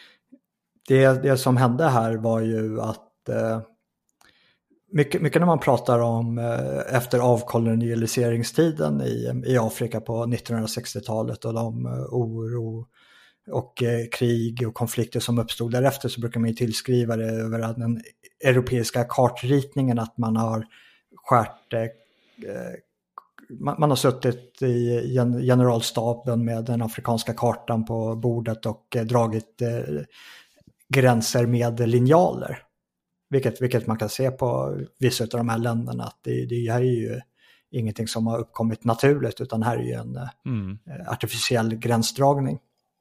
det, det som hände här var ju att eh, mycket, mycket när man pratar om eh, efter avkolonialiseringstiden i, i Afrika på nittonhundrasextiotalet och de eh, oro och eh, krig och konflikter som uppstod därefter, så brukar man ju tillskriva det över den europeiska kartritningen, att man har skärt eh, man, man har suttit i gen, generalstaben med den afrikanska kartan på bordet och eh, dragit eh, gränser med linjaler, vilket, vilket man kan se på vissa av de här länderna, att det, det här är ju ingenting som har uppkommit naturligt, utan här är ju en mm. eh, artificiell gränsdragning.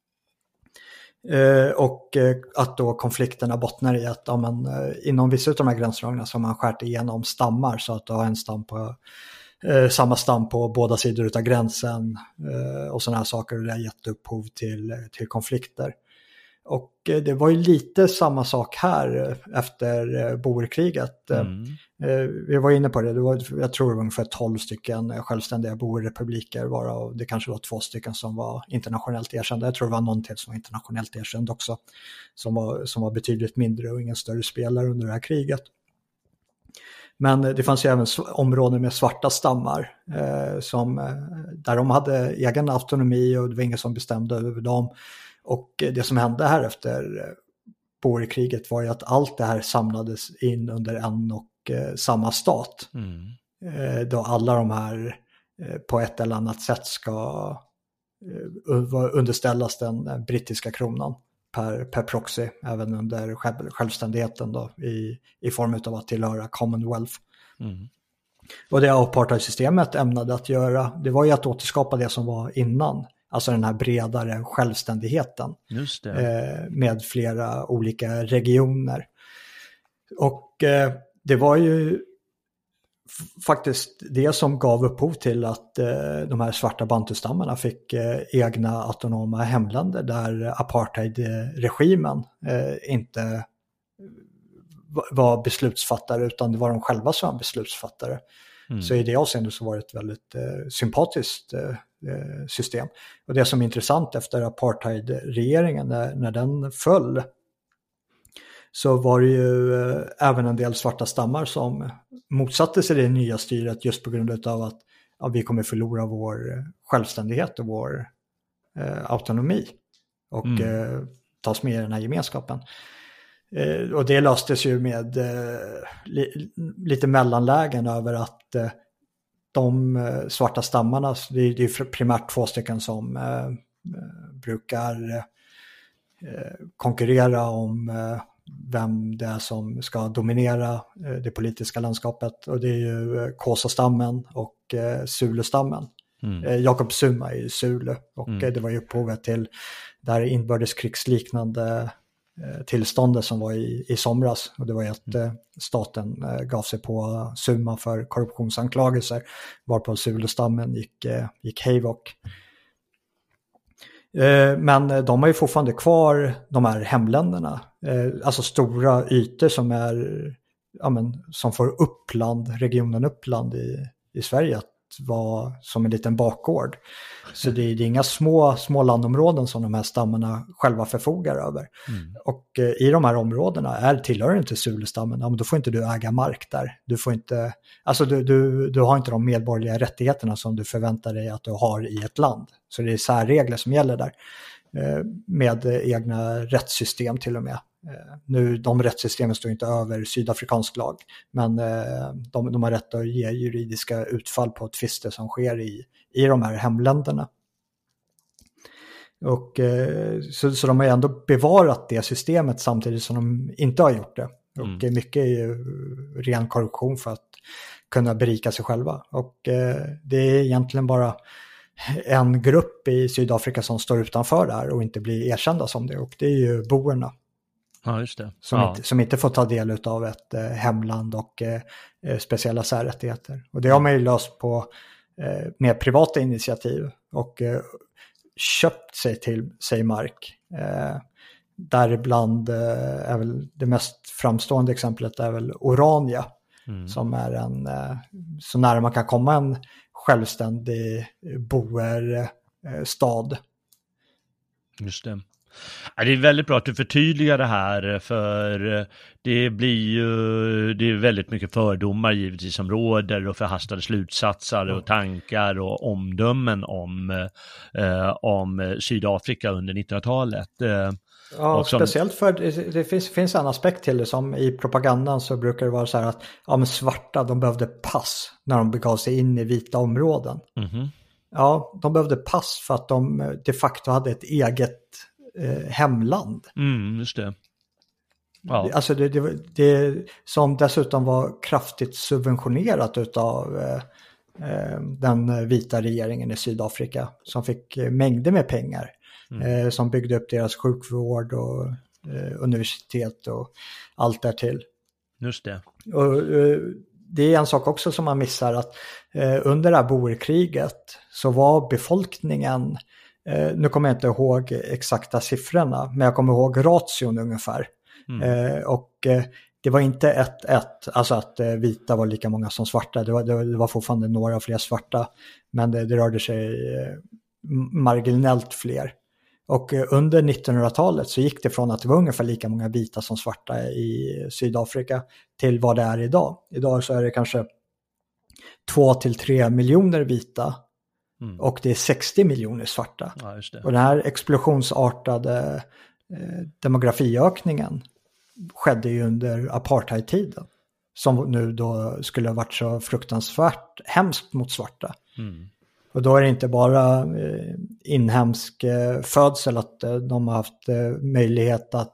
Uh, och uh, att då konflikterna bottnar i att ja, man, uh, inom vissa av de här gränsdragningarna så har man skärt igenom stammar, så att du har en stam på, uh, samma stam på båda sidor av gränsen uh, och sådana här saker, och det har gett upphov till, till konflikter. Och uh, det var ju lite samma sak här uh, efter uh, boerkriget. Mm. Uh, vi var inne på det, det var, jag tror det var ungefär tolv stycken självständiga boerrepubliker, varav det kanske var två stycken som var internationellt erkända. Jag tror det var någon till som var internationellt erkänd också, som var, som var betydligt mindre och ingen större spelare under det här kriget. Men det fanns ju även områden med svarta stammar eh, som, där de hade egen autonomi och det var ingen som bestämde över dem. Och det som hände här efter boerkriget var ju att allt det här samlades in under en och eh, samma stat. Mm. Eh, då alla de här eh, på ett eller annat sätt ska eh, underställas den brittiska kronan per, per proxy, även under själv, självständigheten då, i, i form av att tillhöra Commonwealth. Mm. Och det apartheidsystemet ämnade att göra, det var ju att återskapa det som var innan. Alltså den här bredare självständigheten. Just det. Eh, med flera olika regioner. Och eh, det var ju f- faktiskt det som gav upphov till att eh, de här svarta bantustammarna fick eh, egna autonoma hemländer, där apartheidregimen eh, inte var beslutsfattare, utan det var de själva som var beslutsfattare. Mm. Så i det avseendet så var det ett väldigt eh, sympatiskt eh, system. Och det som är intressant efter apartheidregeringen, när, när den föll, så var det ju eh, även en del svarta stammar som motsatte sig det nya styret, just på grund av att ja, vi kommer förlora vår självständighet och vår eh, autonomi och mm. eh, tas med i den här gemenskapen. Eh, och det löstes ju med eh, li, lite mellanlägen över att eh, de eh, svarta stammarna, det är, det är primärt två stycken som eh, brukar eh, konkurrera om eh, vem det är som ska dominera eh, det politiska landskapet, och det är ju eh, Xhosa-stammen och eh, Zulu-stammen. Mm. Eh, Jacob Zuma är ju Zulu, och mm. eh, det var ju upphovet till det här inbördeskrigsliknande tillståndet som var i, i somras. Och det var ju att eh, staten eh, gav sig på Suma för korruptionsanklagelser, varpå Zulu-stammen gick, eh, gick hejvok. Eh, men de har ju fortfarande kvar de här hemländerna. Eh, alltså stora ytor som är, ja men, som får Uppland, regionen Uppland i, i Sverige att vara som en liten bakgård. Så det är, det är inga små, små landområden som de här stammarna själva förfogar över. Mm. Och eh, i de här områdena är, tillhör inte Zulu-stammen, ja, men då får inte du äga mark där. Du får inte, alltså du, du, du har inte de medborgerliga rättigheterna som du förväntar dig att du har i ett land. Så det är särregler som gäller där. Eh, med egna rättssystem till och med. Eh, nu, de rättssystemen står inte över sydafrikansk lag, men eh, de, de har rätt att ge juridiska utfall på tvister som sker i, i de här hemländerna. Och, eh, så, så de har ändå bevarat det systemet samtidigt som de inte har gjort det. Mm. Och mycket är ju ren korruption för att kunna berika sig själva. Och eh, det är egentligen bara en grupp i Sydafrika som står utanför där och inte blir erkända som det. Och det är ju boerna. Ja, just det. Som, ja. inte, som inte får ta del av ett eh, hemland och eh, speciella särrättigheter. Och det har man ju löst på eh, med privata initiativ och eh, köpt sig till sig mark. Eh, däribland eh, är väl det mest framstående exemplet är väl Orania. Mm. Som är en, eh, så nära man kan komma en självständig boerstad. Just det. Det är väldigt bra att du förtydligar det här, för det blir ju det är väldigt mycket fördomar givetvis som råder och förhastade slutsatser och tankar och omdömen om, eh, om Sydafrika under nittonhundratalet. Eh, Ja, som... speciellt för det finns, finns en aspekt till det, som i propagandan så brukar det vara så här att ja, men svarta, de behövde pass när de begav sig in i vita områden. Mm-hmm. Ja, de behövde pass för att de de facto hade ett eget eh, hemland. Mm, just det. Ja. Alltså det, det, det som dessutom var kraftigt subventionerat utav eh, den vita regeringen i Sydafrika som fick mängder med pengar. Mm. Eh, som byggde upp deras sjukvård och eh, universitet och allt därtill. Just det. Och, eh, det är en sak också som man missar, att eh, under det här boerkriget så var befolkningen, eh, nu kommer jag inte ihåg exakta siffrorna, men jag kommer ihåg ration ungefär. Mm. Eh, och eh, det var inte ett ett, alltså att eh, vita var lika många som svarta, det var, det var, det var fortfarande några fler svarta, men det, det rörde sig eh, marginellt fler. Och under nittonhundratalet så gick det från att det var ungefär lika många vita som svarta i Sydafrika till vad det är idag. Idag så är det kanske två till tre miljoner vita mm. och det är sextio miljoner svarta. Ja, just det. Och den här explosionsartade eh, demografiökningen skedde ju under apartheidtiden, som nu då skulle ha varit så fruktansvärt hemskt mot svarta. Mm. Och då är det inte bara eh, inhemsk eh, födsel att eh, de har haft eh, möjlighet att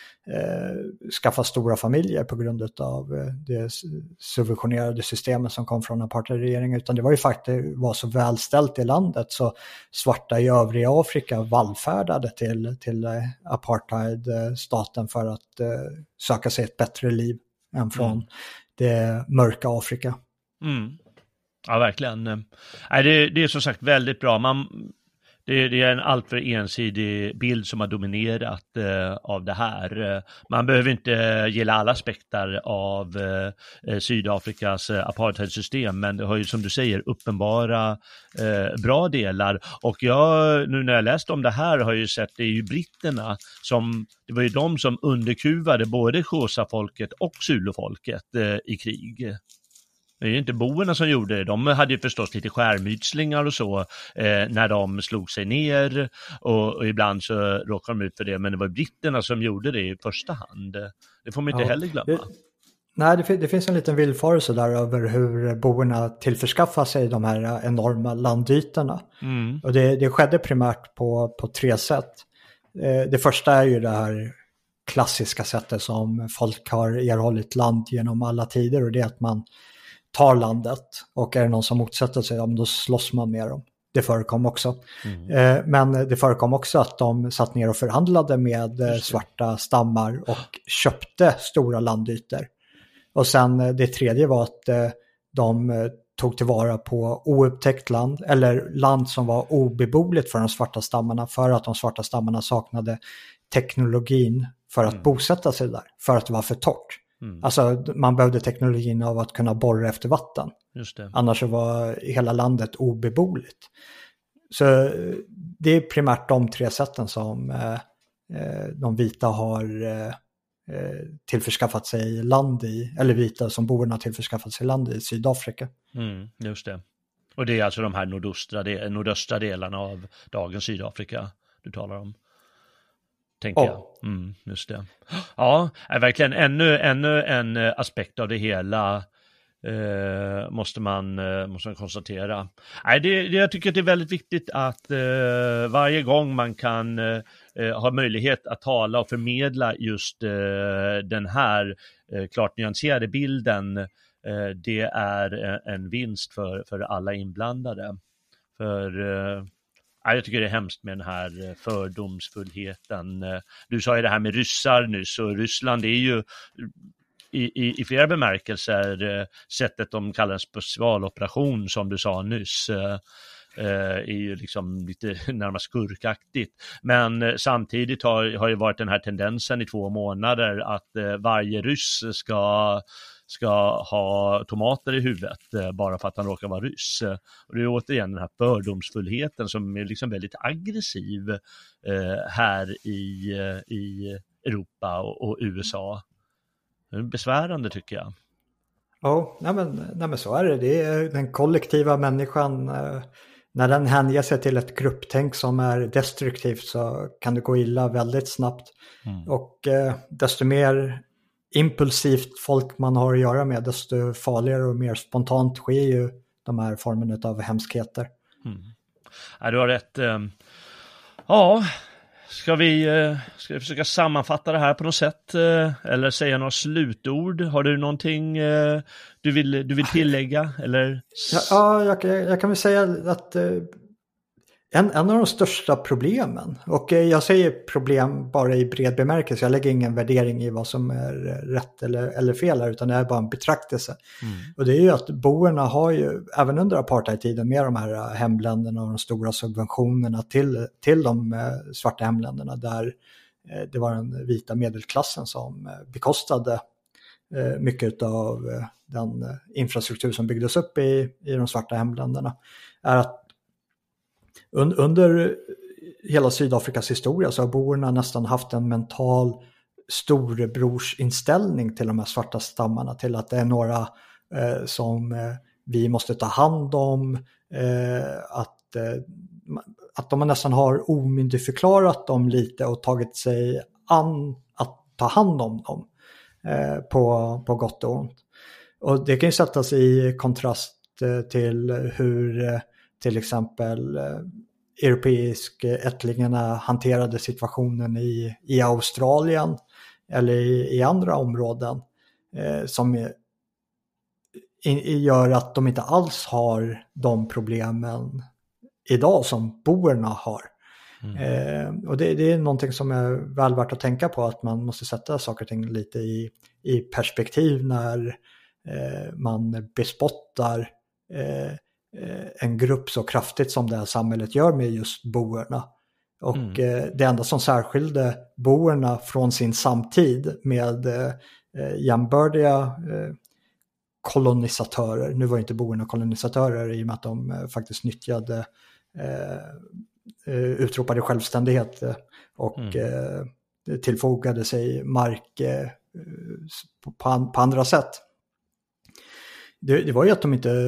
eh, skaffa stora familjer på grund av eh, det subventionerade systemet som kom från apartheidregeringen, utan det var ju faktiskt var så välställt i landet så svarta i övriga Afrika vallfärdade till, till eh, apartheidstaten för att eh, söka sig ett bättre liv än från mm. det mörka Afrika. Mm. Ja, verkligen. Nej, det, det är som sagt väldigt bra. Man, det, det är en alltför ensidig bild som har dominerat eh, av det här. Man behöver inte gilla alla aspekter av eh, Sydafrikas eh, apartheidsystem, men det har ju, som du säger, uppenbara eh, bra delar. Och jag, nu när jag läst om det här, har jag ju sett det är ju britterna som, det var ju de som underkuvade både Xhosa-folket och Zulu-folket eh, i krig. Det är ju inte boerna som gjorde det. De hade ju förstås lite skärmytslingar och så eh, när de slog sig ner och, och ibland så råkade de ut för det. Men det var britterna som gjorde det i första hand. Det får man inte ja, heller glömma. Det, nej, det, det finns en liten villfarelse där över hur boerna tillförskaffar sig de här enorma landytorna. Mm. Och det, det skedde primärt på, på tre sätt. Eh, det första är ju det här klassiska sättet som folk har erhållit land genom alla tider, och det är att man tar landet, och är det någon som motsätter sig, ja, men då slåss man med dem. det förekom också. Mm. Eh, men det förekom också att de satt ner och förhandlade med eh, svarta stammar och köpte stora landytor. Och sen eh, det tredje var att eh, de eh, tog tillvara på oupptäckt land eller land som var obeboeligt för de svarta stammarna för att de svarta stammarna saknade teknologin för att mm. bosätta sig där, för att det var för torrt. Mm. Alltså man behövde teknologin av att kunna borra efter vatten. Just det. Annars så var hela landet obeboeligt. Så det är primärt de tre sätten som eh, de vita har eh, tillförskaffat sig land i, eller vita som bor har tillförskaffat sig land i Sydafrika. Mm, just det. Och det är alltså de här nordöstra, del, nordöstra delarna av dagens Sydafrika du talar om. Tänker oh. jag. Mm, just det. Ja, är verkligen ännu, ännu en aspekt av det hela eh, måste, man, eh, måste man konstatera. Nej, det, det, jag tycker att det är väldigt viktigt att eh, varje gång man kan eh, ha möjlighet att tala och förmedla just eh, den här eh, klart nyanserade bilden, eh, det är en vinst för, för alla inblandade. För eh, jag tycker det är hemskt med den här fördomsfullheten. Du sa ju det här med ryssar nyss, och Ryssland är ju i, i, i flera bemärkelser sättet de kallar en specialoperation, som du sa nyss, är ju liksom lite närmast skurkaktigt. Men samtidigt har, har ju varit den här tendensen i två månader att varje ryss ska ska ha tomater i huvudet eh, bara för att han råkar vara ryss. Och det är återigen den här fördomsfullheten som är liksom väldigt aggressiv eh, här i, eh, i Europa och, och U S A. Det är besvärande tycker jag. Ja, nej men, nej men så är det. Det är den kollektiva människan. Eh, när den hänger sig till ett grupptänk som är destruktivt så kan det gå illa väldigt snabbt. Mm. Och eh, desto mer impulsivt folk man har att göra med, desto farligare och mer spontant sker ju de här formerna av hemskheter. Mm. Ja, du har rätt. Ja, ska vi, ska vi försöka sammanfatta det här på något sätt eller säga några slutord? Har du någonting du vill, du vill tillägga? Eller? Ja, jag, jag kan väl säga att En, en av de största problemen, och jag säger problem bara i bred bemärkelse, jag lägger ingen värdering i vad som är rätt eller, eller fel här, utan det är bara en betraktelse. Mm. Och det är ju att boerna har ju, även under apartheidtiden med de här hemländerna och de stora subventionerna till, till de svarta hemländerna, där det var den vita medelklassen som bekostade mycket av den infrastruktur som byggdes upp i, i de svarta hemländerna, är att under hela Sydafrikas historia så har boerna nästan haft en mental storebrorsinställning till de här svarta stammarna, till att det är några eh, som eh, vi måste ta hand om, eh, att, eh, att de nästan har omyndigförklarat dem lite och tagit sig an att ta hand om dem eh, på, på gott och ont. Och det kan ju sättas i kontrast eh, till hur eh, till exempel eh, europeisk ättlingarna hanterade situationen i, i Australien eller i, i andra områden eh, som i, gör att de inte alls har de problemen idag som boerna har. Mm. Eh, och det, det är någonting som är väl värt att tänka på, att man måste sätta saker och ting lite i, i perspektiv när eh, man bespottar eh, en grupp så kraftigt som det här samhället gör med just boerna. Och mm. det enda som särskilde boerna från sin samtid med jämbördiga kolonisatörer, nu var inte boerna kolonisatörer i och med att de faktiskt nyttjade utropade självständighet och mm. tillfogade sig mark på, på andra sätt. Det, det var ju att de inte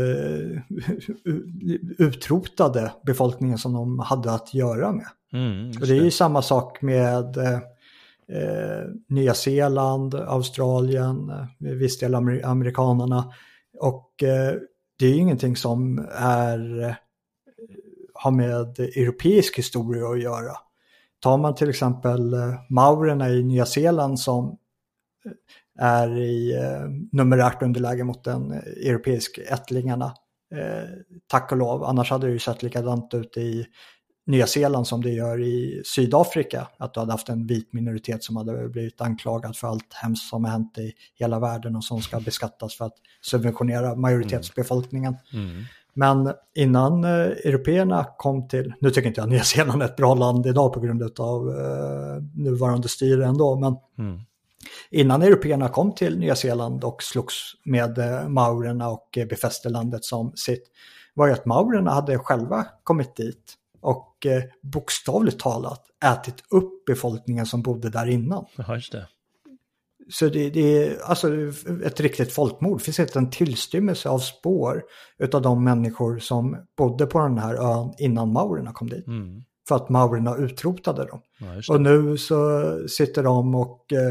utrotade befolkningen som de hade att göra med. Mm, och det är ju samma sak med eh, Nya Zeeland, Australien, viss del amer- amerikanerna. Och eh, det är ju ingenting som är, har med europeisk historia att göra. Tar man till exempel eh, maurerna i Nya Zeeland som är i eh, numerärt underläge mot den europeiska ättlingarna Eh, tack och lov, annars hade det ju sett likadant ut i Nya Zeeland som det gör i Sydafrika. Att du hade haft en vit minoritet som hade blivit anklagad för allt hemskt som har hänt i hela världen och som ska beskattas för att subventionera majoritetsbefolkningen. Mm. Mm. Men innan eh, européerna kom till, nu tycker inte jag Nya Zeeland är ett bra land idag på grund av eh, nuvarande styre ändå, men mm. innan européerna kom till Nya Zeeland och slogs med eh, maurerna och eh, befäste landet som sitt, var ju att maurerna hade själva kommit dit och eh, bokstavligt talat ätit upp befolkningen som bodde där innan. Ja, just det. Så det, det är alltså ett riktigt folkmord. Det finns inte en tillstymmelse av spår utav de människor som bodde på den här ön innan maurerna kom dit. Mm. För att maurerna utrotade dem. Ja, och nu så sitter de och eh,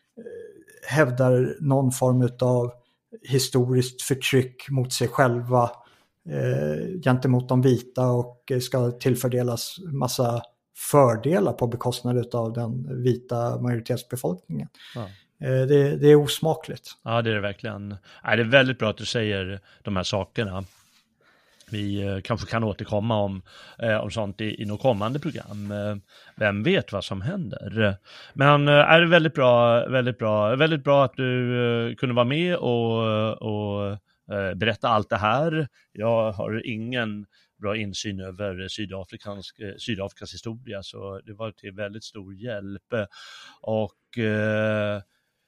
hävdar någon form av historiskt förtryck mot sig själva eh, gentemot de vita och ska tillfördelas massa fördelar på bekostnad av den vita majoritetsbefolkningen. Ja. Det, det är osmakligt. Ja, det är det verkligen. Nej, det är väldigt bra att du säger de här sakerna. Vi eh, kanske kan återkomma om, eh, om sånt i, i något kommande program. Eh, vem vet vad som händer? Men eh, är det väldigt bra, väldigt bra, väldigt bra att du eh, kunde vara med och, och eh, berätta allt det här. Jag har ingen bra insyn över Sydafrikas, Sydafrikas historia, så det var till väldigt stor hjälp. Och eh,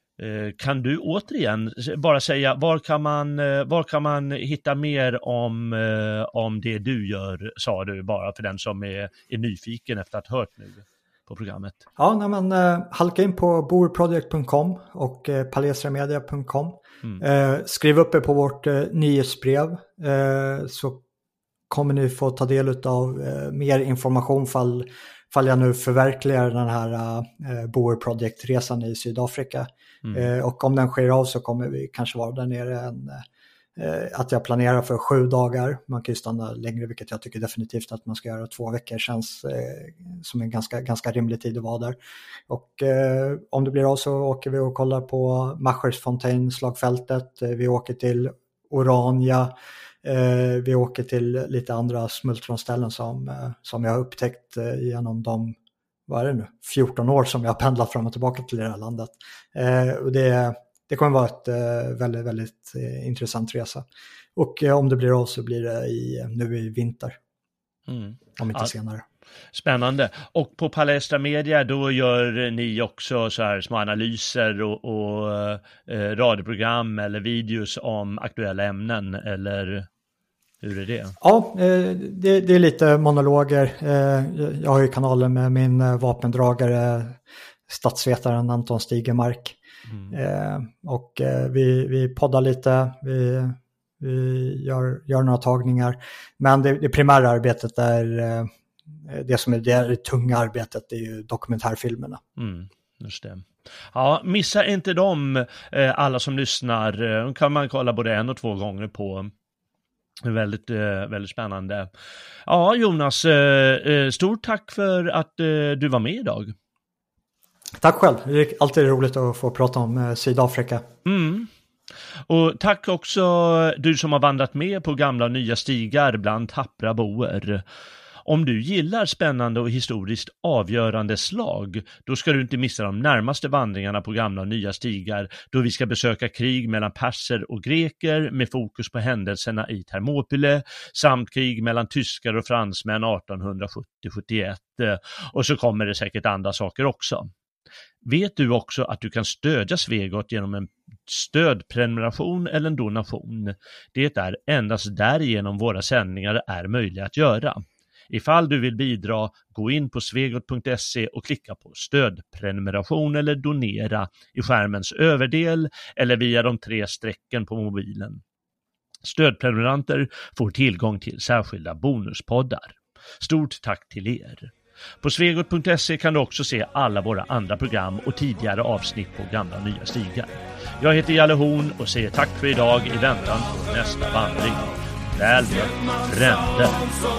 kan du återigen bara säga, var kan man, var kan man hitta mer om, om det du gör, sa du, bara för den som är, är nyfiken efter att ha hört nu på programmet? Ja, nej, men uh, halka in på boerproject punkt com och uh, palesramedia punkt com. Mm. Uh, skriv upp er på vårt uh, nyhetsbrev uh, så kommer ni få ta del av uh, mer information fall, fall jag nu förverkligar den här uh, Boer Project-resan i Sydafrika. Mm. Uh, och om den sker av så kommer vi kanske vara där nere en, uh, att jag planerar för sju dagar. Man kan ju stanna längre, vilket jag tycker definitivt att man ska göra. Två veckor känns uh, som en ganska, ganska rimlig tid att vara där. Och uh, om det blir av så åker vi och kollar på Machersfontein slagfältet. Uh, vi åker till Orania. Eh, vi åker till lite andra smultronställen som, eh, som jag har upptäckt eh, genom de, vad är det nu, fjorton år som jag har pendlat fram och tillbaka till det här landet. Eh, och det, det kommer vara ett eh, väldigt, väldigt eh, intressant resa. Och eh, om det blir av så blir det i, nu i vinter. Mm. Om inte ja. senare. Spännande. Och på Palestra Media då gör ni också så här små analyser och, och eh, radioprogram eller videos om aktuella ämnen, eller hur är det? Ja, eh, det, det är lite monologer. Eh, jag har ju kanalen med min eh, vapendragare, statsvetaren Anton Stigemark. Mm. Eh, och eh, vi, vi poddar lite, vi, vi gör, gör några tagningar. Men det, det primära arbetet är eh, det som är det, det tunga arbetet, är ju dokumentärfilmerna. Mm, just det. Ja, missa inte dem, alla som lyssnar. De kan man kolla både en och två gånger på. Väldigt, väldigt spännande. Ja, Jonas, stort tack för att du var med idag. Tack själv. Det är alltid roligt att få prata om Sydafrika. Mm. Och tack också du som har vandrat med på gamla och nya stigar bland tappra boer. Om du gillar spännande och historiskt avgörande slag, då ska du inte missa de närmaste vandringarna på gamla och nya stigar, då vi ska besöka krig mellan perser och greker med fokus på händelserna i Thermopyle, samt krig mellan tyskar och fransmän artonhundrasjuttio till sjuttioett, och så kommer det säkert andra saker också. Vet du också att du kan stödja Svegot genom en stödprenumeration eller en donation? Det är endast därigenom våra sändningar är möjliga att göra. Ifall du vill bidra, gå in på svegot punkt se och klicka på stödprenumeration eller donera i skärmens överdel eller via de tre strecken på mobilen. Stödprenumeranter får tillgång till särskilda bonuspoddar. Stort tack till er! På svegot punkt se kan du också se alla våra andra program och tidigare avsnitt på gamla och nya stigar. Jag heter Jalle Horn och säger tack för idag i väntan på nästa vandring. Väl mött, fränder.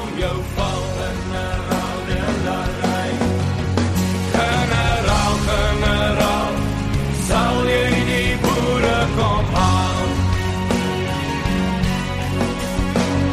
General, general, zal je die boeren kom aan.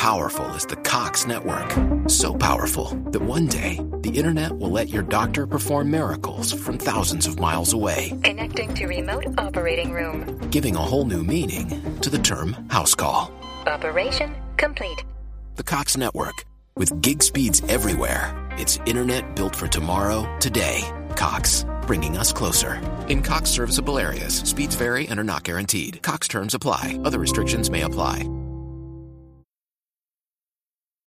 powerful as the Cox Network. So powerful that one day, the internet will let your doctor perform miracles from thousands of miles away. Connecting to remote operating room. Giving a whole new meaning to the term house call. Operation complete. The Cox Network. With gig speeds everywhere, it's internet built for tomorrow, today. Cox, bringing us closer. In Cox serviceable areas, speeds vary and are not guaranteed. Cox terms apply. Other restrictions may apply.